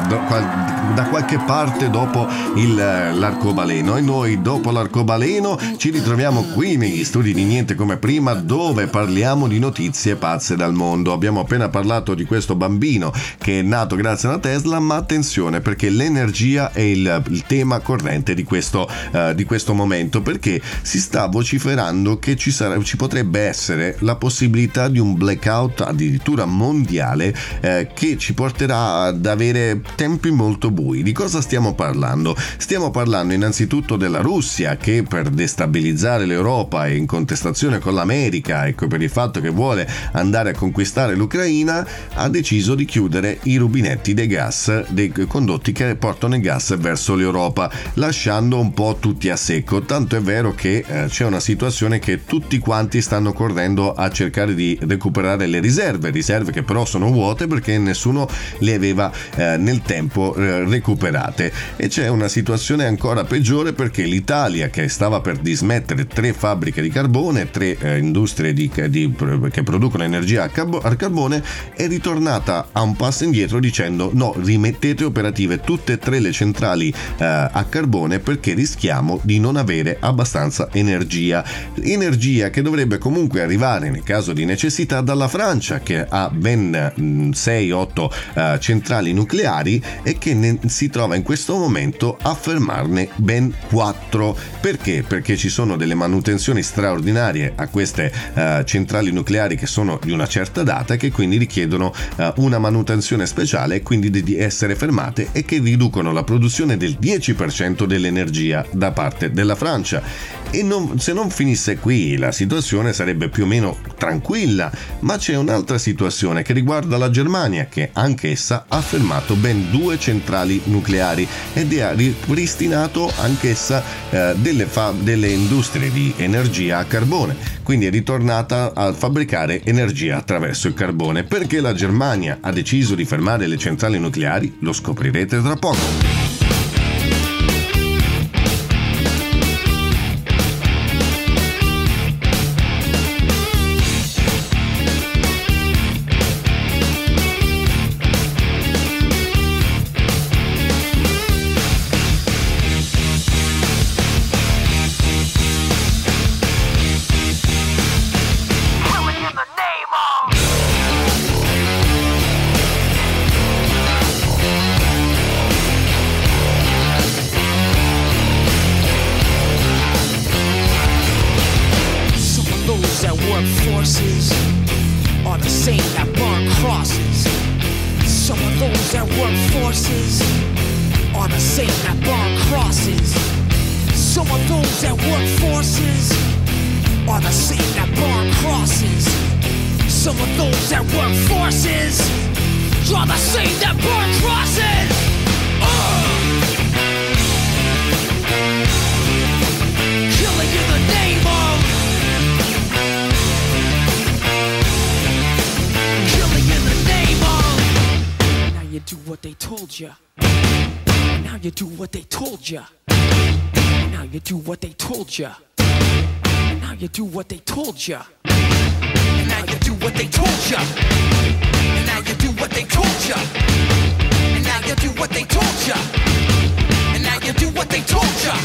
da qualche parte dopo l'arcobaleno. E noi dopo l'arcobaleno ci ritroviamo qui negli studi di Niente Come Prima, dove parliamo di notizie pazze dal mondo. Abbiamo appena parlato di questo bambino che è nato grazie a una Tesla, ma attenzione, perché l'energia è il tema corrente di questo momento, perché si sta vociferando che ci potrebbe essere la possibilità di un blackout addirittura mondiale che ci porterà ad avere tempi molto bui. Di cosa stiamo parlando? Stiamo parlando innanzitutto della Russia, che per destabilizzare l'Europa e in contestazione con l'America, ecco, per il fatto che vuole andare a conquistare l'Ucraina, ha deciso di chiudere i rubinetti dei gas, dei condotti che portano il gas verso l'Europa, lasciando un po' tutti a secco. Tanto è vero che c'è una situazione che tutti quanti stanno correndo a cercare di recuperare le riserve che però sono vuote perché nessuno le aveva nel tempo recuperate. E c'è una situazione ancora peggiore, perché l'Italia, che stava per dismettere 3 fabbriche di carbone, 3 industrie che producono energia al carbone, è ritornata a un passo indietro dicendo no, rimettete operative tutte e 3 le centrali a carbone, perché rischiamo di non avere abbastanza energia che dovrebbe comunque arrivare nel caso di necessità dalla Francia, che ha ben 6-8 centrali nucleari e che si trova in questo momento a fermarne ben 4. Perché? Perché ci sono delle manutenzioni straordinarie a queste centrali nucleari che sono di una certa data, che quindi richiedono una manutenzione speciale e quindi di essere fermate, e che riducono la produzione del 10% dell'energia da parte della Francia. E se non finisse qui, la situazione sarebbe più o meno tranquilla, ma c'è un'altra situazione che riguarda la Germania, che anch'essa ha fermato ben 2 centrali nucleari ed ha ripristinato anch'essa delle industrie di energia a carbone, quindi è ritornata a fabbricare energia attraverso il carbone. Perché la Germania ha deciso di fermare le centrali nucleari? Lo scoprirete tra poco. Now you do what they told you. Now you do what they told you. Now you do what they told you. Now you do what they told you. Now you do what they told you. Now you do what they told you. Now you do what they told you.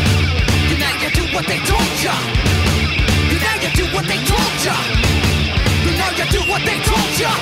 Now you do what they told you. Now you do what they told you. Now you do what they told you.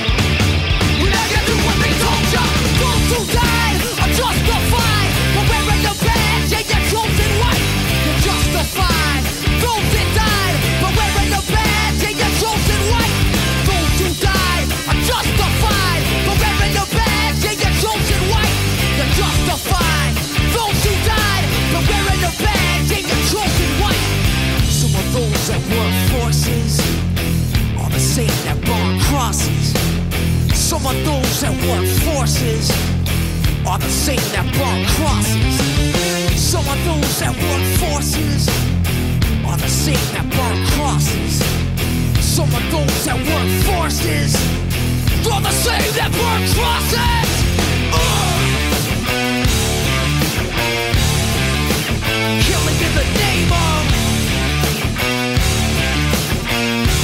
Now you do what they told you. Those who died are justified for wearing the badge and your chosen white. You're justified. Those that died for wearing the badge and your chosen white. Those who died are justified for wearing the badge and your chosen white. You're justified. Those who died for wearing the badge and your chosen white. Some of those that work forces are the same that burn crosses. Some of those that work forces are the same that burn crosses. Some of those that work forces are the same that burn crosses. Some of those that work forces are the same that burn crosses. Killing in the name of.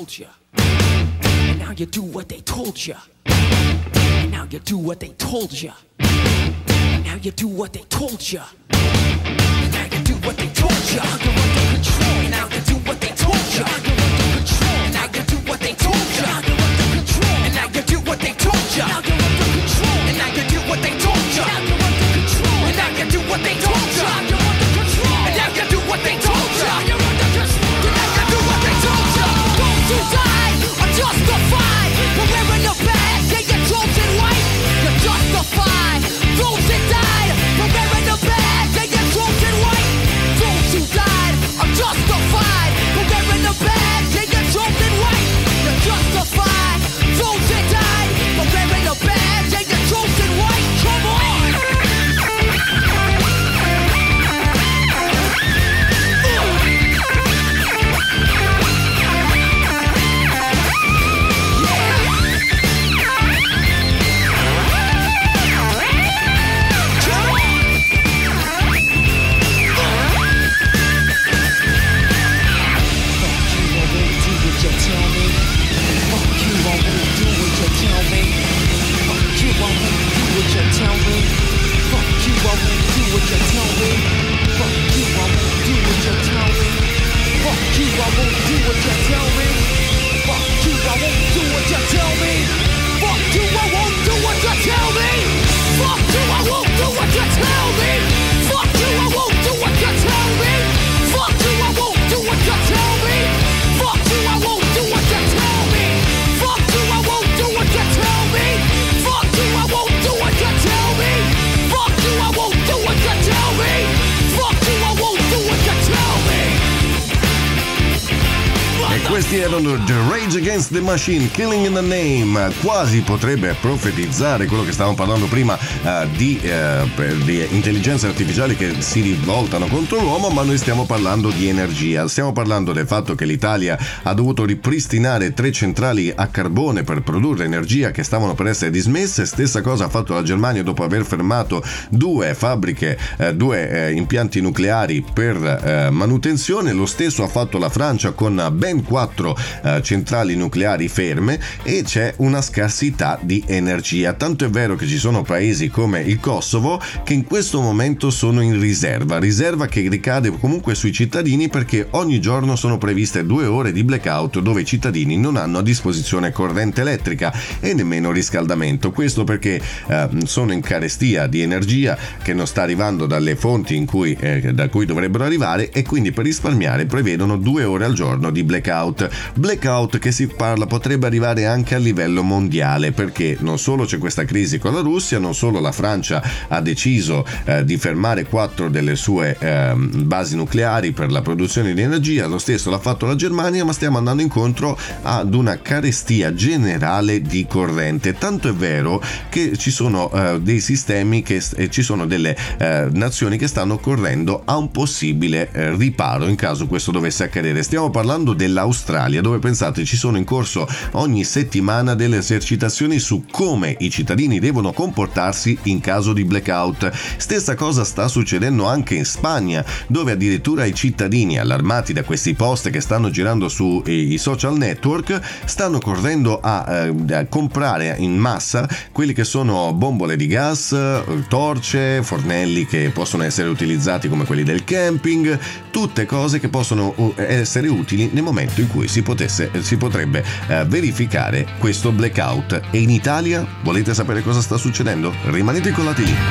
told you. And now you do what they told you. And now you do what they told you. And now you do what they told you. And now you do what they told you. You're under control. And now you do what they told you. You're under control. And now you do what they told you. You're under control. And now you do what they told you. Now you're under control. And now you do what they told you. Now you're under control. And now you do what they told you. You're under control. And now you do what they told you. You're under control. And now you do what they told you. Those who died are justified for wearing the badge. They get chosen white. You're justified. Those that died for wearing the badge. They get chosen white. Those who died are justified for wearing the badge. They get chosen white. You're justified. Those that died for wearing the badge. They get chosen white. Come on. Questi erano The Rage Against the Machine, Killing in the Name. Quasi potrebbe profetizzare quello che stavamo parlando prima di intelligenze artificiali che si rivoltano contro l'uomo, ma noi stiamo parlando di energia. Stiamo parlando del fatto che l'Italia ha dovuto ripristinare 3 centrali a carbone per produrre energia che stavano per essere dismesse. Stessa cosa ha fatto la Germania dopo aver fermato 2 fabbriche, 2 impianti nucleari per manutenzione. Lo stesso ha fatto la Francia con ben 4 centrali nucleari ferme, e c'è una scarsità di energia, tanto è vero che ci sono paesi come il Kosovo che in questo momento sono in riserva che ricade comunque sui cittadini, perché ogni giorno sono previste 2 ore di blackout dove i cittadini non hanno a disposizione corrente elettrica e nemmeno riscaldamento. Questo perché sono in carestia di energia che non sta arrivando dalle fonti da cui dovrebbero arrivare, e quindi per risparmiare prevedono 2 ore al giorno di blackout che si parla potrebbe arrivare anche a livello mondiale, perché non solo c'è questa crisi con la Russia, non solo la Francia ha deciso di fermare 4 delle sue basi nucleari per la produzione di energia, lo stesso l'ha fatto la Germania, ma stiamo andando incontro ad una carestia generale di corrente, tanto è vero che ci sono dei sistemi ci sono delle nazioni che stanno correndo a un possibile riparo in caso questo dovesse accadere. Stiamo parlando dell'Australia, dove pensate ci sono in corso ogni settimana delle esercitazioni su come i cittadini devono comportarsi in caso di blackout. Stessa cosa sta succedendo anche in Spagna, dove addirittura i cittadini, allarmati da questi post che stanno girando sui social network, stanno correndo a comprare in massa quelli che sono bombole di gas, torce, fornelli che possono essere utilizzati come quelli del camping, tutte cose che possono essere utili nel momento in cui si potrebbe verificare questo blackout. E in Italia volete sapere cosa sta succedendo? Rimanete incollati lì.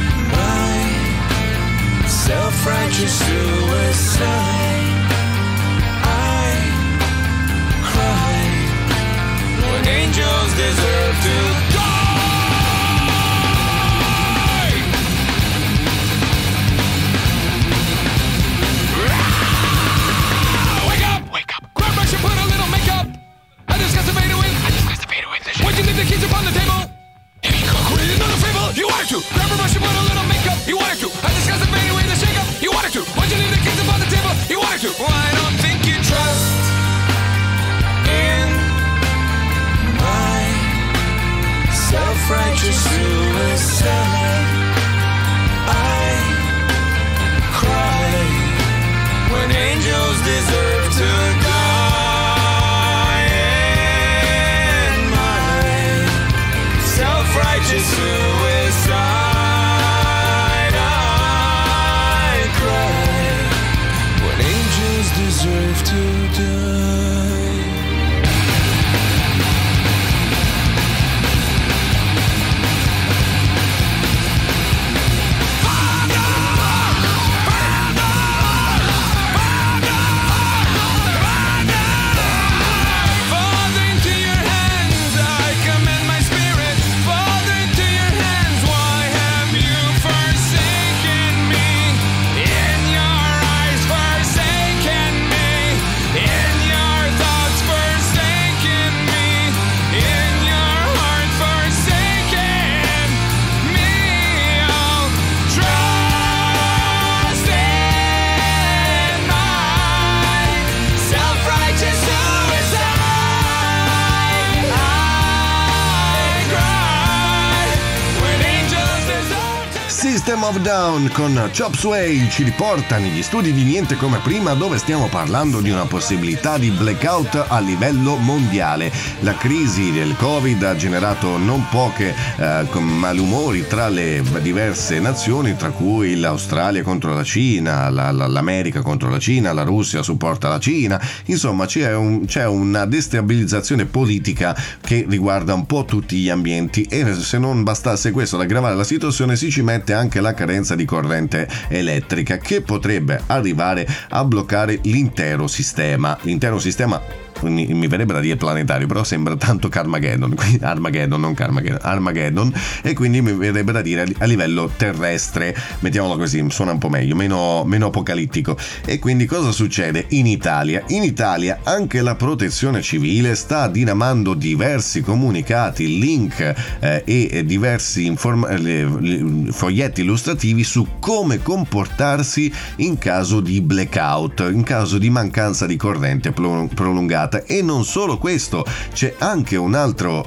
Self-righteous suicide. deserve to die. Wake up, grab brush and put a little makeup. I discussed the fade away. Why'd you leave the keys upon the table? Create another fable. You wanted to grab a brush and put a little makeup. You wanted to. I discussed the fade away, the shake up. You wanted to. Why'd you leave the keys upon the table? You wanted to. Well, I don't think you trust in my self-righteous suicide. I cry when angels deserve to die. In my self-righteous suicide, I cry when angels deserve to die. Father, into your hands I commend my spirit. Father, into your hands, why have you forsaken me? In your eyes, forsaken me. In your thoughts, forsaken me. In your heart, forsaken me. Oh, trust in my self-righteous suicide. I cry when angels deserve to. System of Down con Chop Suey ci riporta negli studi di Niente Come Prima, dove stiamo parlando di una possibilità di blackout a livello mondiale. La crisi del Covid ha generato non poche malumori tra le diverse nazioni, tra cui l'Australia contro la Cina, l'America contro la Cina, la Russia supporta la Cina. Insomma, c'è una destabilizzazione politica che riguarda un po' tutti gli ambienti, e se non bastasse questo ad aggravare la situazione, si ci mette anche la carenza di corrente elettrica, che potrebbe arrivare a bloccare l'intero sistema. Mi verrebbe da dire planetario, però sembra tanto Carmageddon, Armageddon, e quindi mi verrebbe da dire a livello terrestre, mettiamolo così, suona un po' meglio, meno apocalittico. E quindi cosa succede in Italia? In Italia anche la protezione civile sta diramando diversi comunicati, link e diversi foglietti illustrativi su come comportarsi in caso di blackout, in caso di mancanza di corrente prolungata. E non solo questo, c'è anche un'altra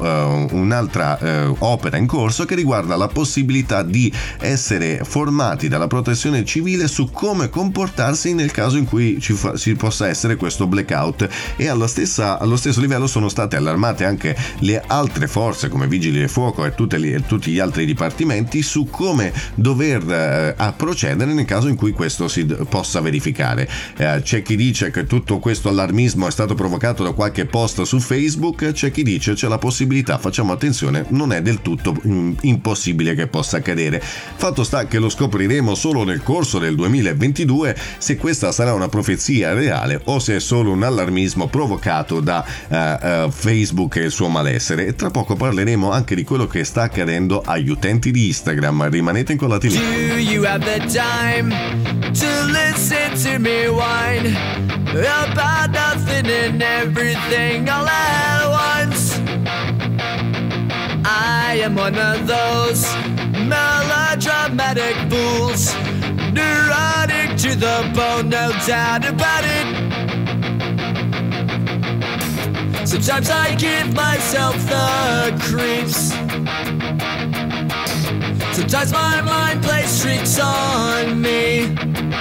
opera in corso che riguarda la possibilità di essere formati dalla protezione civile su come comportarsi nel caso in cui ci possa essere questo blackout. E allo stesso livello sono state allarmate anche le altre forze come Vigili del Fuoco e tutti gli altri dipartimenti su come dover procedere nel caso in cui questo si possa verificare. C'è chi dice che tutto questo allarmismo è stato provocato da qualche post su Facebook, c'è chi dice c'è la possibilità, facciamo attenzione, non è del tutto impossibile che possa accadere. Fatto sta che lo scopriremo solo nel corso del 2022 se questa sarà una profezia reale o se è solo un allarmismo provocato da Facebook e il suo malessere. E tra poco parleremo anche di quello che sta accadendo agli utenti di Instagram. Rimanete incollati lì. Do you have the time to listen to me whine about nothing and everything all at once? I am one of those melodramatic fools, neurotic to the bone, no doubt about it. Sometimes I give myself the creeps. Sometimes my mind plays tricks on me.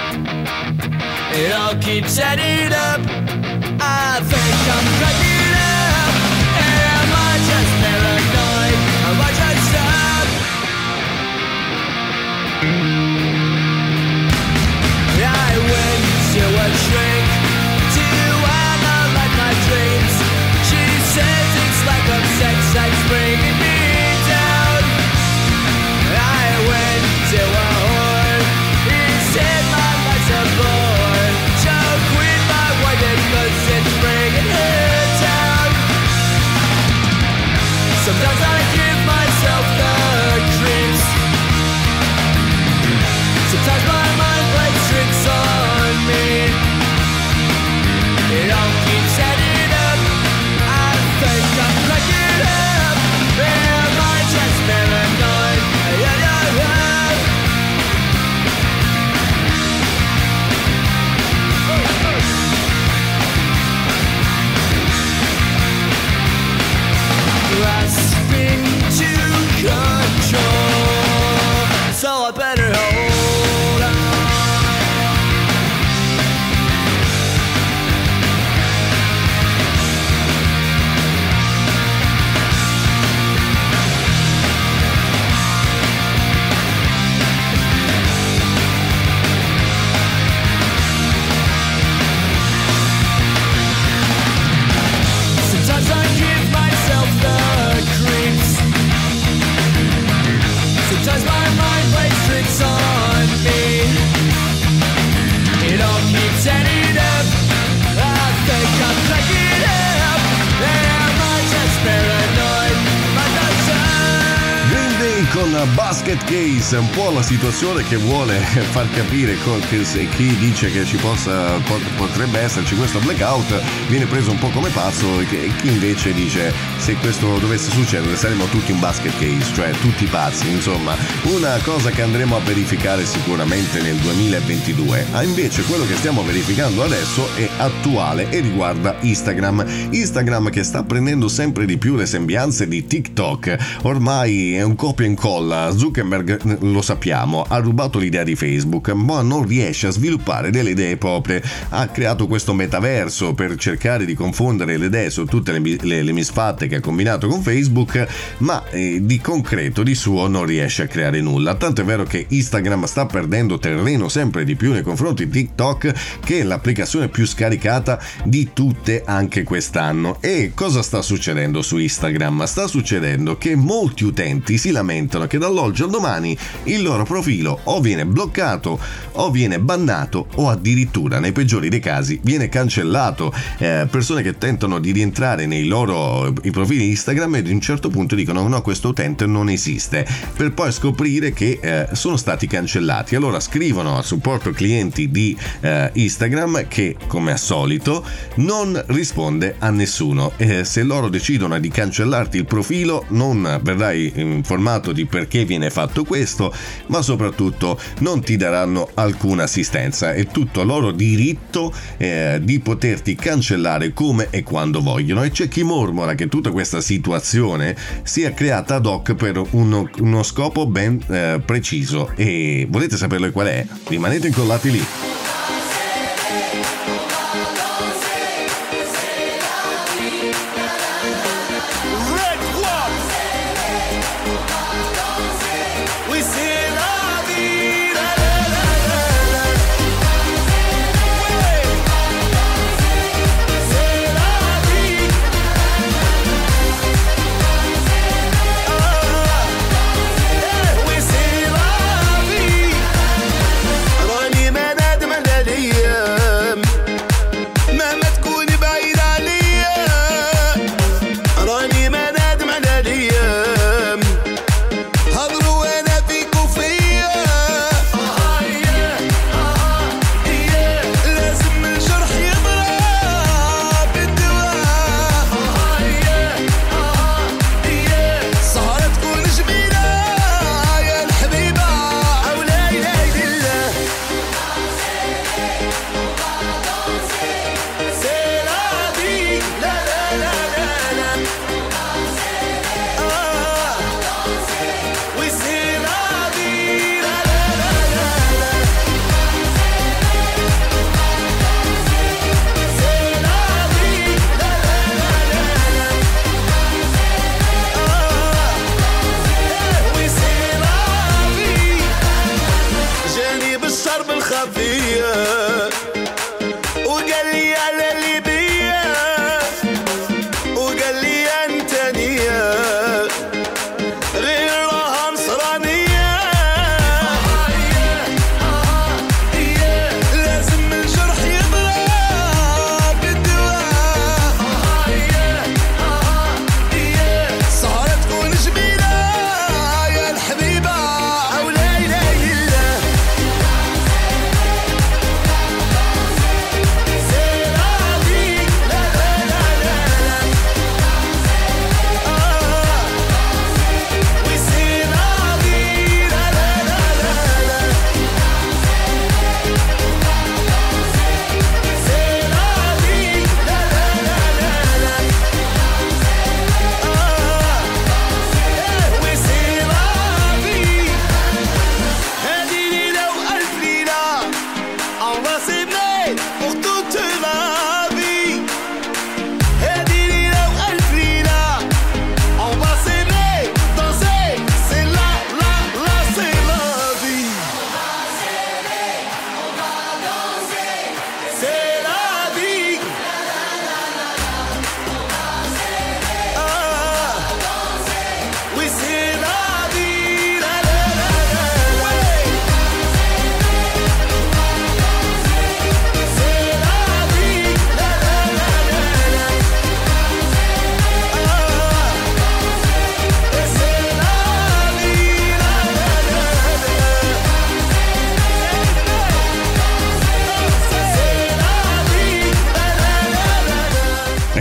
It all keeps adding up. I think I'm cracking up. Am I just paranoid? Am I just up? I went to a shrink to analyze my dreams. She says it's lack of sex that's bringing me down. I went to a whore. He said my life's a bore. So quit my wife because it's bringing her down. basket case, un po' la situazione che vuole far capire che chi dice che potrebbe esserci questo blackout viene preso un po' come pazzo, e chi invece dice se questo dovesse succedere saremo tutti un basket case, cioè tutti pazzi. Insomma, una cosa che andremo a verificare sicuramente nel 2022. Invece quello che stiamo verificando adesso è attuale e riguarda Instagram che sta prendendo sempre di più le sembianze di TikTok. Ormai è un copia e incolla. Zuckerberg, lo sappiamo, ha rubato l'idea di Facebook, ma non riesce a sviluppare delle idee proprie. Ha creato questo metaverso per cercare di confondere le idee su tutte le misfatte che ha combinato con Facebook, ma di concreto di suo non riesce a creare nulla. Tanto è vero che Instagram sta perdendo terreno sempre di più nei confronti di TikTok, che è l'applicazione più scaricata di tutte anche quest'anno. E cosa sta succedendo su Instagram? Sta succedendo che molti utenti si lamentano che dall'oggi al domani il loro profilo o viene bloccato o viene bannato o addirittura nei peggiori dei casi viene cancellato. Persone che tentano di rientrare i profili Instagram e ad un certo punto dicono no, questo utente non esiste, per poi scoprire che sono stati cancellati. Allora scrivono al supporto clienti di Instagram che, come al solito, non risponde a nessuno. Se loro decidono di cancellarti il profilo non verrai informato di perché viene fatto questo, ma soprattutto non ti daranno alcuna assistenza. È tutto a loro diritto di poterti cancellare come e quando vogliono. E c'è chi mormora che tutta questa situazione sia creata ad hoc per uno scopo ben preciso. E volete saperlo qual è? Rimanete incollati lì.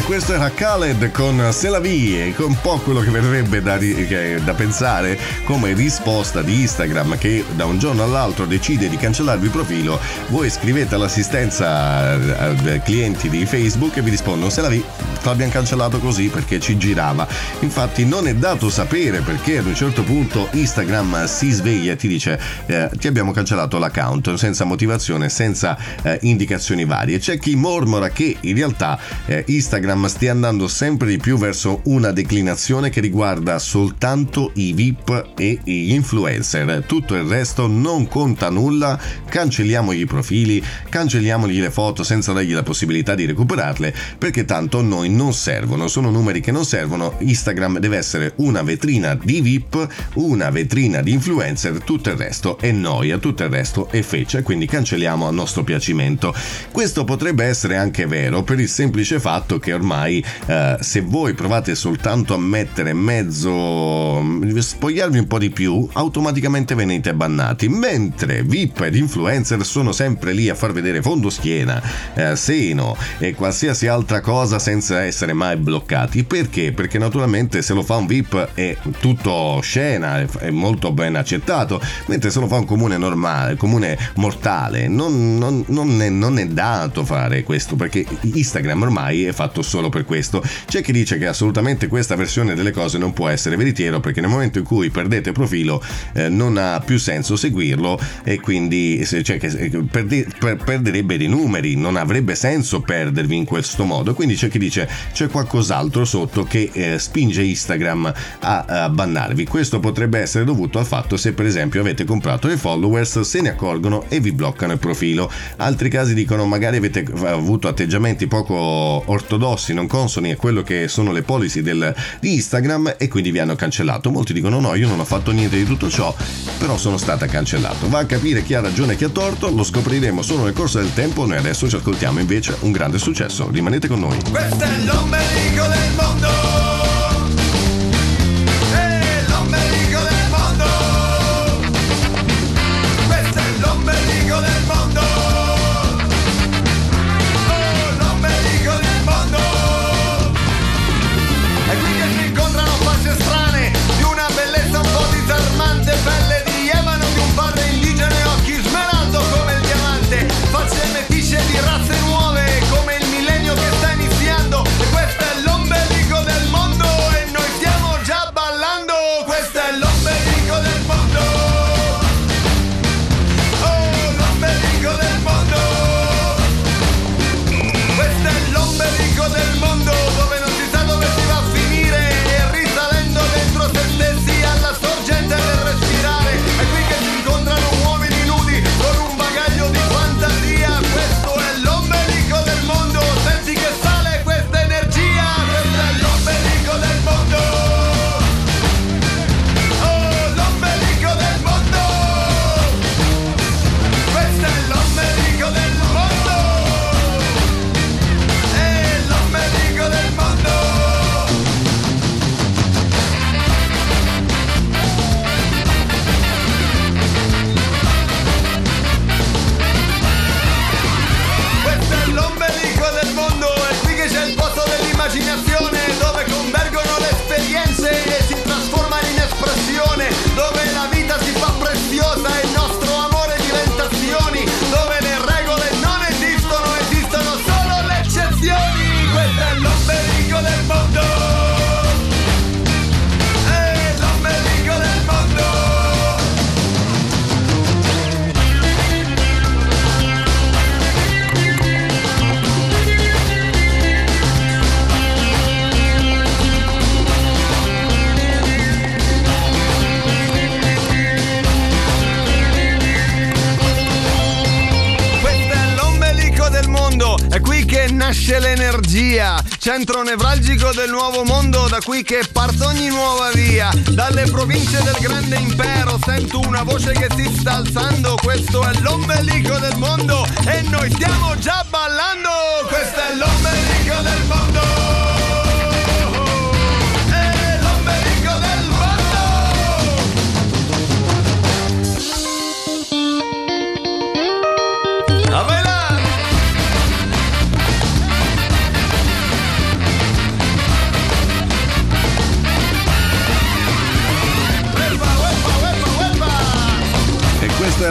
Questo era Khaled con C'est la vie, e con un po' quello che verrebbe da pensare come risposta di Instagram, che da un giorno all'altro decide di cancellarvi il profilo. Voi scrivete all'assistenza clienti di Facebook e vi rispondono: C'est la vie, l'abbiamo cancellato così perché ci girava. Infatti non è dato sapere perché ad un certo punto Instagram si sveglia e ti dice ti abbiamo cancellato l'account senza motivazione, senza indicazioni varie. C'è chi mormora che in realtà Instagram stia andando sempre di più verso una declinazione che riguarda soltanto i VIP e gli influencer. Tutto il resto non conta nulla, cancelliamogli i profili, cancelliamogli le foto senza dargli la possibilità di recuperarle, perché tanto a noi non servono, sono numeri che non servono. Instagram deve essere una vetrina di VIP, una vetrina di influencer, tutto il resto è noia, tutto il resto è fece, quindi cancelliamo a nostro piacimento. Questo potrebbe essere anche vero per il semplice fatto che ormai se voi provate soltanto a mettere mezzo, spogliarvi un po' di più, automaticamente venite bannati, mentre VIP ed influencer sono sempre lì a far vedere fondo schiena, seno e qualsiasi altra cosa senza essere mai bloccati. Perché? Perché naturalmente se lo fa un VIP è tutto scena, è molto ben accettato, mentre se lo fa un comune normale, comune mortale, non è dato fare questo, perché Instagram ormai è fatto solo per questo. C'è chi dice che assolutamente questa versione delle cose non può essere veritiero, perché nel momento in cui perdete profilo non ha più senso seguirlo, e quindi perderebbe dei numeri, non avrebbe senso perdervi in questo modo. Quindi c'è chi dice c'è qualcos'altro sotto che spinge Instagram a bannarvi. Questo potrebbe essere dovuto al fatto se per esempio avete comprato dei followers, se ne accorgono e vi bloccano il profilo. Altri casi dicono magari avete avuto atteggiamenti poco ortodossi, non consoni a quello che sono le policy di Instagram, e quindi vi hanno cancellato. Molti dicono no, io non ho fatto niente di tutto ciò, però sono stata cancellato. Va a capire chi ha ragione e chi ha torto, lo scopriremo solo nel corso del tempo. Noi adesso ci ascoltiamo invece un grande successo, rimanete con noi. Questo è l'ombelico del mondo, l'ombelico del mondo, questo è l'ombelico del mondo, l'ombelico del mondo. E qui che si incontrano facce strane, di una bellezza un po' disarmante, pelle di ebano di un padre indigeno e occhi smeraldo come il diamante, facce meticce di razze nuove come il millennio che sta iniziando. E questo è l'ombelico del mondo e noi stiamo già ballando. Questo è l'ombelico del mondo, l'ombelico del mondo, questo è l'ombelico del mondo, dove non si sa dove si va a finire, e risalendo dentro se stessi alla sorgente del respirare. È qui che si incontrano uomini nudi con un bagaglio di fantasia. Questo è l'ombelico del mondo, senti che sale questa energia. Questo è l'ombelico del mondo, l'ombelico del mondo, questo è l'ombelico del mondo, l'ombelico del mondo. Questo è l'ombelico del mondo, è qui che c'è il posto dell'immaginazione, dove convergono le esperienze e si trasformano in espressione, dove la vita si fa preziosa e il nostro amore diventa azioni, dove le regole non esistono, esistono solo le eccezioni. Questo è l'ombelico del mondo, l'ombelico del mondo. Questo è l'ombelico del mondo, è qui che nasce l'energia, centro nevralgico del nuovo mondo, da qui che parte ogni nuova via. Dalle province del grande impero sento una voce che si sta alzando. Questo è l'ombelico del mondo e noi stiamo già ballando. Questo è l'ombelico del mondo, l'ombelico del mondo. A bailar.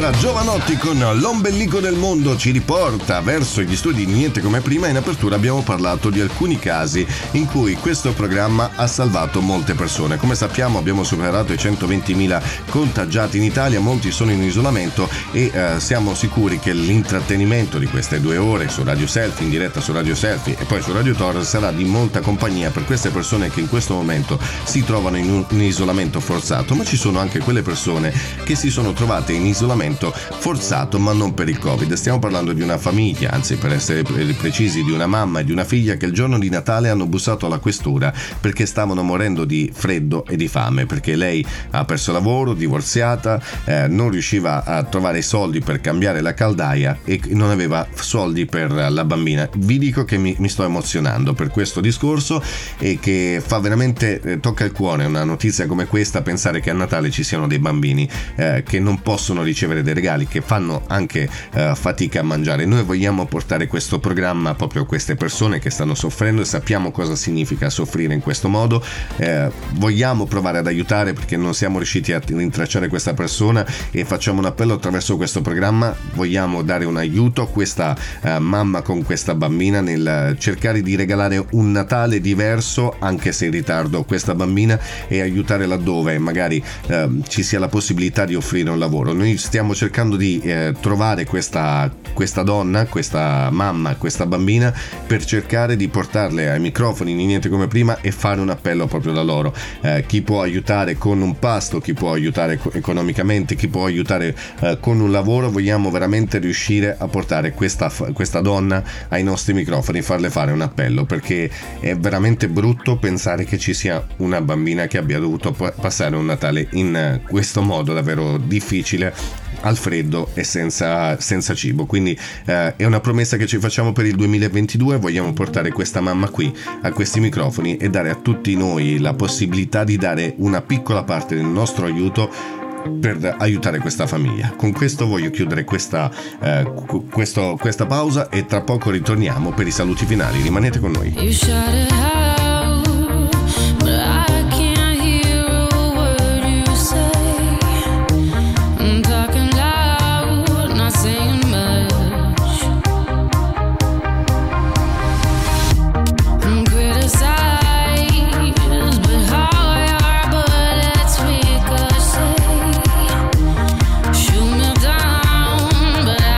Luca Giovanotti con L'ombelico del mondo ci riporta verso gli studi di Niente come prima. In apertura abbiamo parlato di alcuni casi in cui questo programma ha salvato molte persone. Come sappiamo abbiamo superato i 120.000 contagiati in Italia, molti sono in isolamento e siamo sicuri che l'intrattenimento di queste 2 ore su Radio Selfie, in diretta su Radio Selfie e poi su Radio Tor, sarà di molta compagnia per queste persone che in questo momento si trovano in un isolamento forzato. Ma ci sono anche quelle persone che si sono trovate in isolamento forzato ma non per il Covid. Stiamo parlando di una famiglia, anzi per essere precisi di una mamma e di una figlia che il giorno di Natale hanno bussato alla questura perché stavano morendo di freddo e di fame, perché lei ha perso lavoro, divorziata, non riusciva a trovare soldi per cambiare la caldaia e non aveva soldi per la bambina. Vi dico che mi sto emozionando per questo discorso e che fa veramente tocca il cuore una notizia come questa, pensare che a Natale ci siano dei bambini che non possono ricevere dei regali, che fanno anche fatica a mangiare. Noi vogliamo portare questo programma proprio a queste persone che stanno soffrendo e sappiamo cosa significa soffrire in questo modo. Vogliamo provare ad aiutare perché non siamo riusciti a rintracciare questa persona e facciamo un appello attraverso questo programma. Vogliamo dare un aiuto a questa mamma con questa bambina nel cercare di regalare un Natale diverso, anche se in ritardo, a questa bambina e aiutare laddove magari ci sia la possibilità di offrire un lavoro. Noi stiamo cercando di trovare questa donna, questa mamma, questa bambina per cercare di portarle ai microfoni di Niente come prima e fare un appello proprio da loro. Chi può aiutare con un pasto, chi può aiutare economicamente, chi può aiutare con un lavoro. Vogliamo veramente riuscire a portare questa donna ai nostri microfoni, farle fare un appello, perché è veramente brutto pensare che ci sia una bambina che abbia dovuto passare un Natale in questo modo davvero difficile, al freddo e senza cibo. Quindi è una promessa che ci facciamo per il 2022. Vogliamo portare questa mamma qui a questi microfoni e dare a tutti noi la possibilità di dare una piccola parte del nostro aiuto per aiutare questa famiglia. Con questo voglio chiudere questa pausa e tra poco ritorniamo per i saluti finali. Rimanete con noi.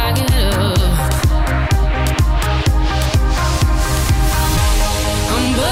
I'm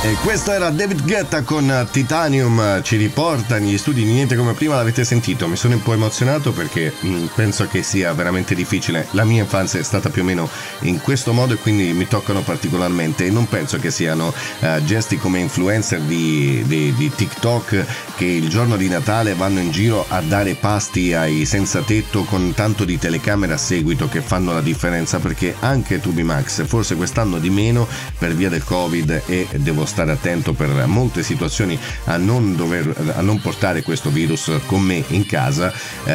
E questo era David Guetta con Titanium, ci riporta negli studi di Niente Come Prima, l'avete sentito, mi sono un po' emozionato perché penso che sia veramente difficile, la mia infanzia è stata più o meno in questo modo e quindi mi toccano particolarmente e non penso che siano gesti come influencer di TikTok che il giorno di Natale vanno in giro a dare pasti ai senza tetto con tanto di telecamere a seguito che fanno la differenza, perché anche Tubimax forse quest'anno di meno per via del Covid e devo stare attento per molte situazioni a non portare questo virus con me in casa,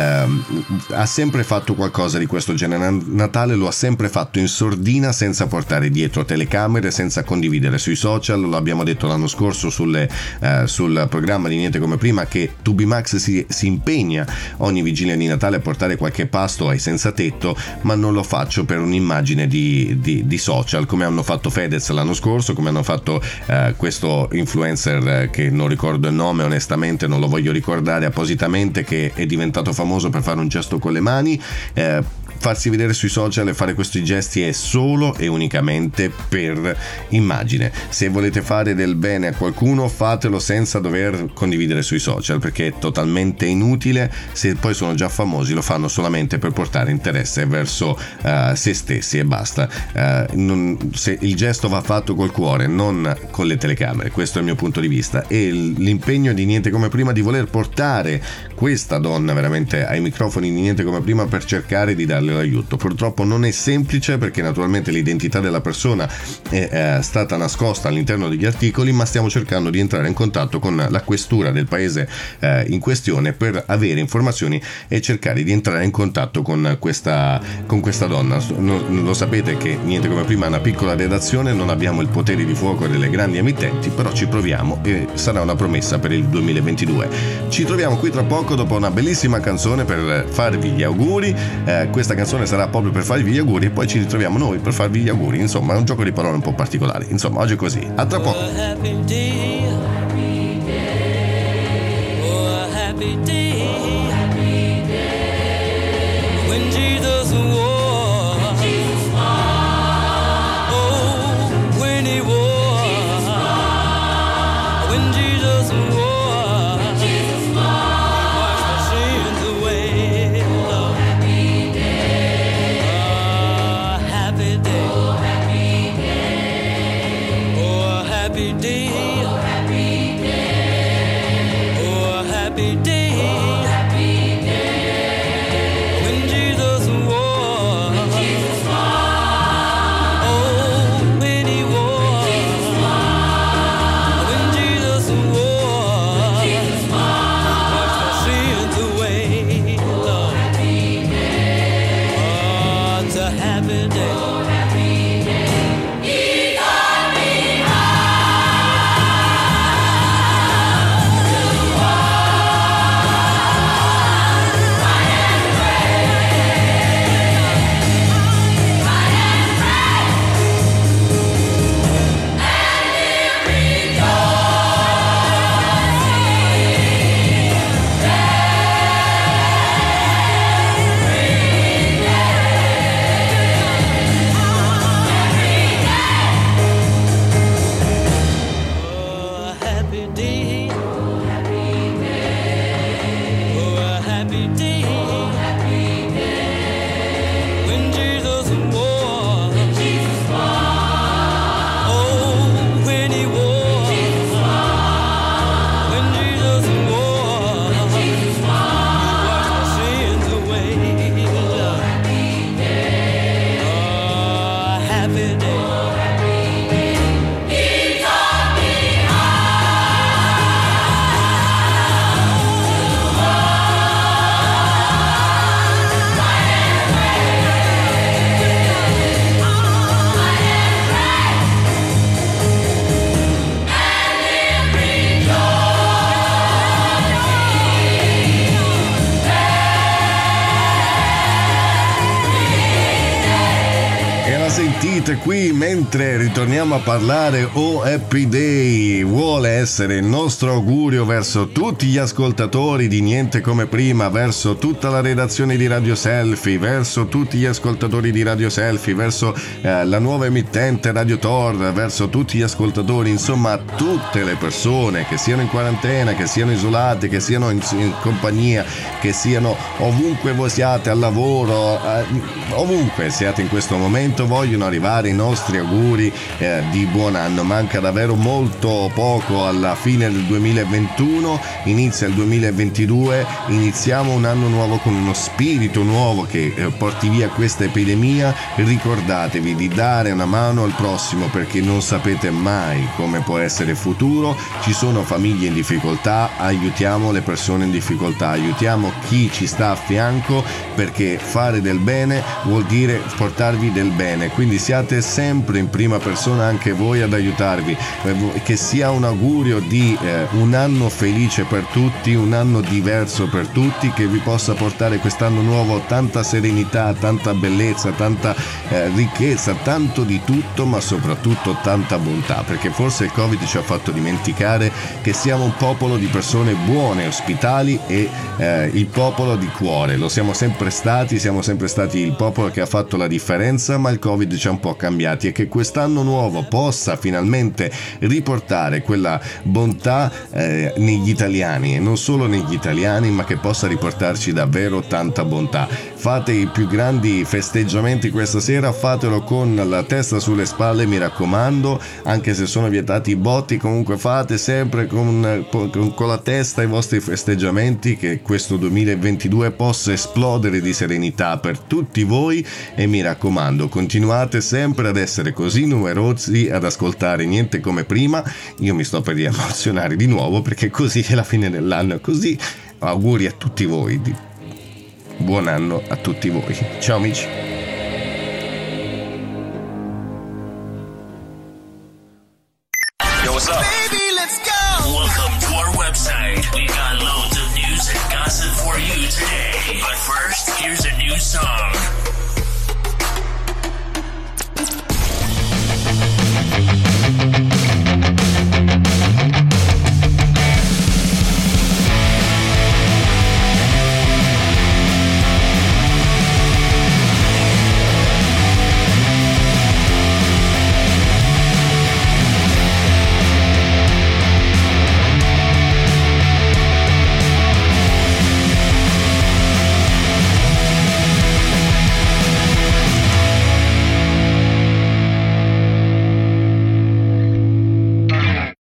ha sempre fatto qualcosa di questo genere. Natale lo ha sempre fatto in sordina, senza portare dietro telecamere, senza condividere sui social. Lo abbiamo detto l'anno scorso sul programma di Niente Come Prima che Tubimax si impegna ogni vigilia di Natale a portare qualche pasto ai senza tetto, ma non lo faccio per un'immagine di social, come hanno fatto Fedez l'anno scorso, come hanno fatto questo influencer che non ricordo il nome, onestamente non lo voglio ricordare appositamente, che è diventato famoso per fare un gesto con le mani. Farsi vedere sui social e fare questi gesti è solo e unicamente per immagine. Se volete fare del bene a qualcuno, fatelo senza dover condividere sui social, perché è totalmente inutile. Se poi sono già famosi lo fanno solamente per portare interesse verso se stessi e basta. Se il gesto va fatto col cuore, non con le telecamere, questo è il mio punto di vista, e l'impegno di Niente Come Prima di voler portare questa donna veramente ai microfoni di Niente Come Prima per cercare di darle l'aiuto. Purtroppo non è semplice, perché naturalmente l'identità della persona è stata nascosta all'interno degli articoli, ma stiamo cercando di entrare in contatto con la questura del paese in questione per avere informazioni e cercare di entrare in contatto con questa donna. Lo sapete che Niente Come Prima è una piccola redazione, non abbiamo il potere di fuoco delle grandi emittenti, però ci proviamo e sarà una promessa per il 2022. Ci troviamo qui tra poco dopo una bellissima canzone per farvi gli auguri. Questa canzone sarà proprio per farvi gli auguri e poi ci ritroviamo noi per farvi gli auguri. Insomma, è un gioco di parole un po' particolare. Insomma, oggi è così. A tra poco. qui mentre ritorniamo a parlare Happy Day vuole essere il nostro augurio verso tutti gli ascoltatori di Niente Come Prima, verso tutta la redazione di Radio Selfie, verso tutti gli ascoltatori di Radio Selfie, verso la nuova emittente Radio Tor, verso tutti gli ascoltatori, insomma tutte le persone che siano in quarantena, che siano isolate, che siano in compagnia, che siano ovunque voi siate, al lavoro, ovunque siate in questo momento, vogliono arrivare i nostri auguri di buon anno. Manca davvero molto poco alla fine del 2021, inizia il 2022, iniziamo un anno nuovo con uno spirito nuovo che porti via questa epidemia. Ricordatevi di dare una mano al prossimo, perché non sapete mai come può essere il futuro. Ci sono famiglie in difficoltà, aiutiamo le persone in difficoltà, aiutiamo chi ci sta a fianco, perché fare del bene vuol dire portarvi del bene, quindi siate sempre in prima persona anche voi ad aiutarvi. Che sia un augurio di un anno felice per tutti, un anno diverso per tutti, che vi possa portare quest'anno nuovo tanta serenità, tanta bellezza, tanta ricchezza, tanto di tutto, ma soprattutto tanta bontà, perché forse il Covid ci ha fatto dimenticare che siamo un popolo di persone buone, ospitali e il popolo di cuore. Lo siamo sempre stati il popolo che ha fatto la differenza, ma il Covid ci ha un po' cambiati, e che quest'anno nuovo possa finalmente riportare quella bontà negli italiani, e non solo negli italiani, ma che possa riportarci davvero tanta bontà. Fate i più grandi festeggiamenti questa sera, fatelo con la testa sulle spalle, mi raccomando, anche se sono vietati i botti, comunque fate sempre con la testa i vostri festeggiamenti, che questo 2022 possa esplodere di serenità per tutti voi. E mi raccomando, continuate sempre ad essere così numerosi ad ascoltare Niente Come Prima. Io mi sto per emozionare di nuovo, perché così è la fine dell'anno, così auguri a tutti voi, buon anno a tutti voi, ciao amici. Yo, what's up? Baby, let's go! Welcome to our website. We got loads of news and gossip for you today. But first, here's a new song.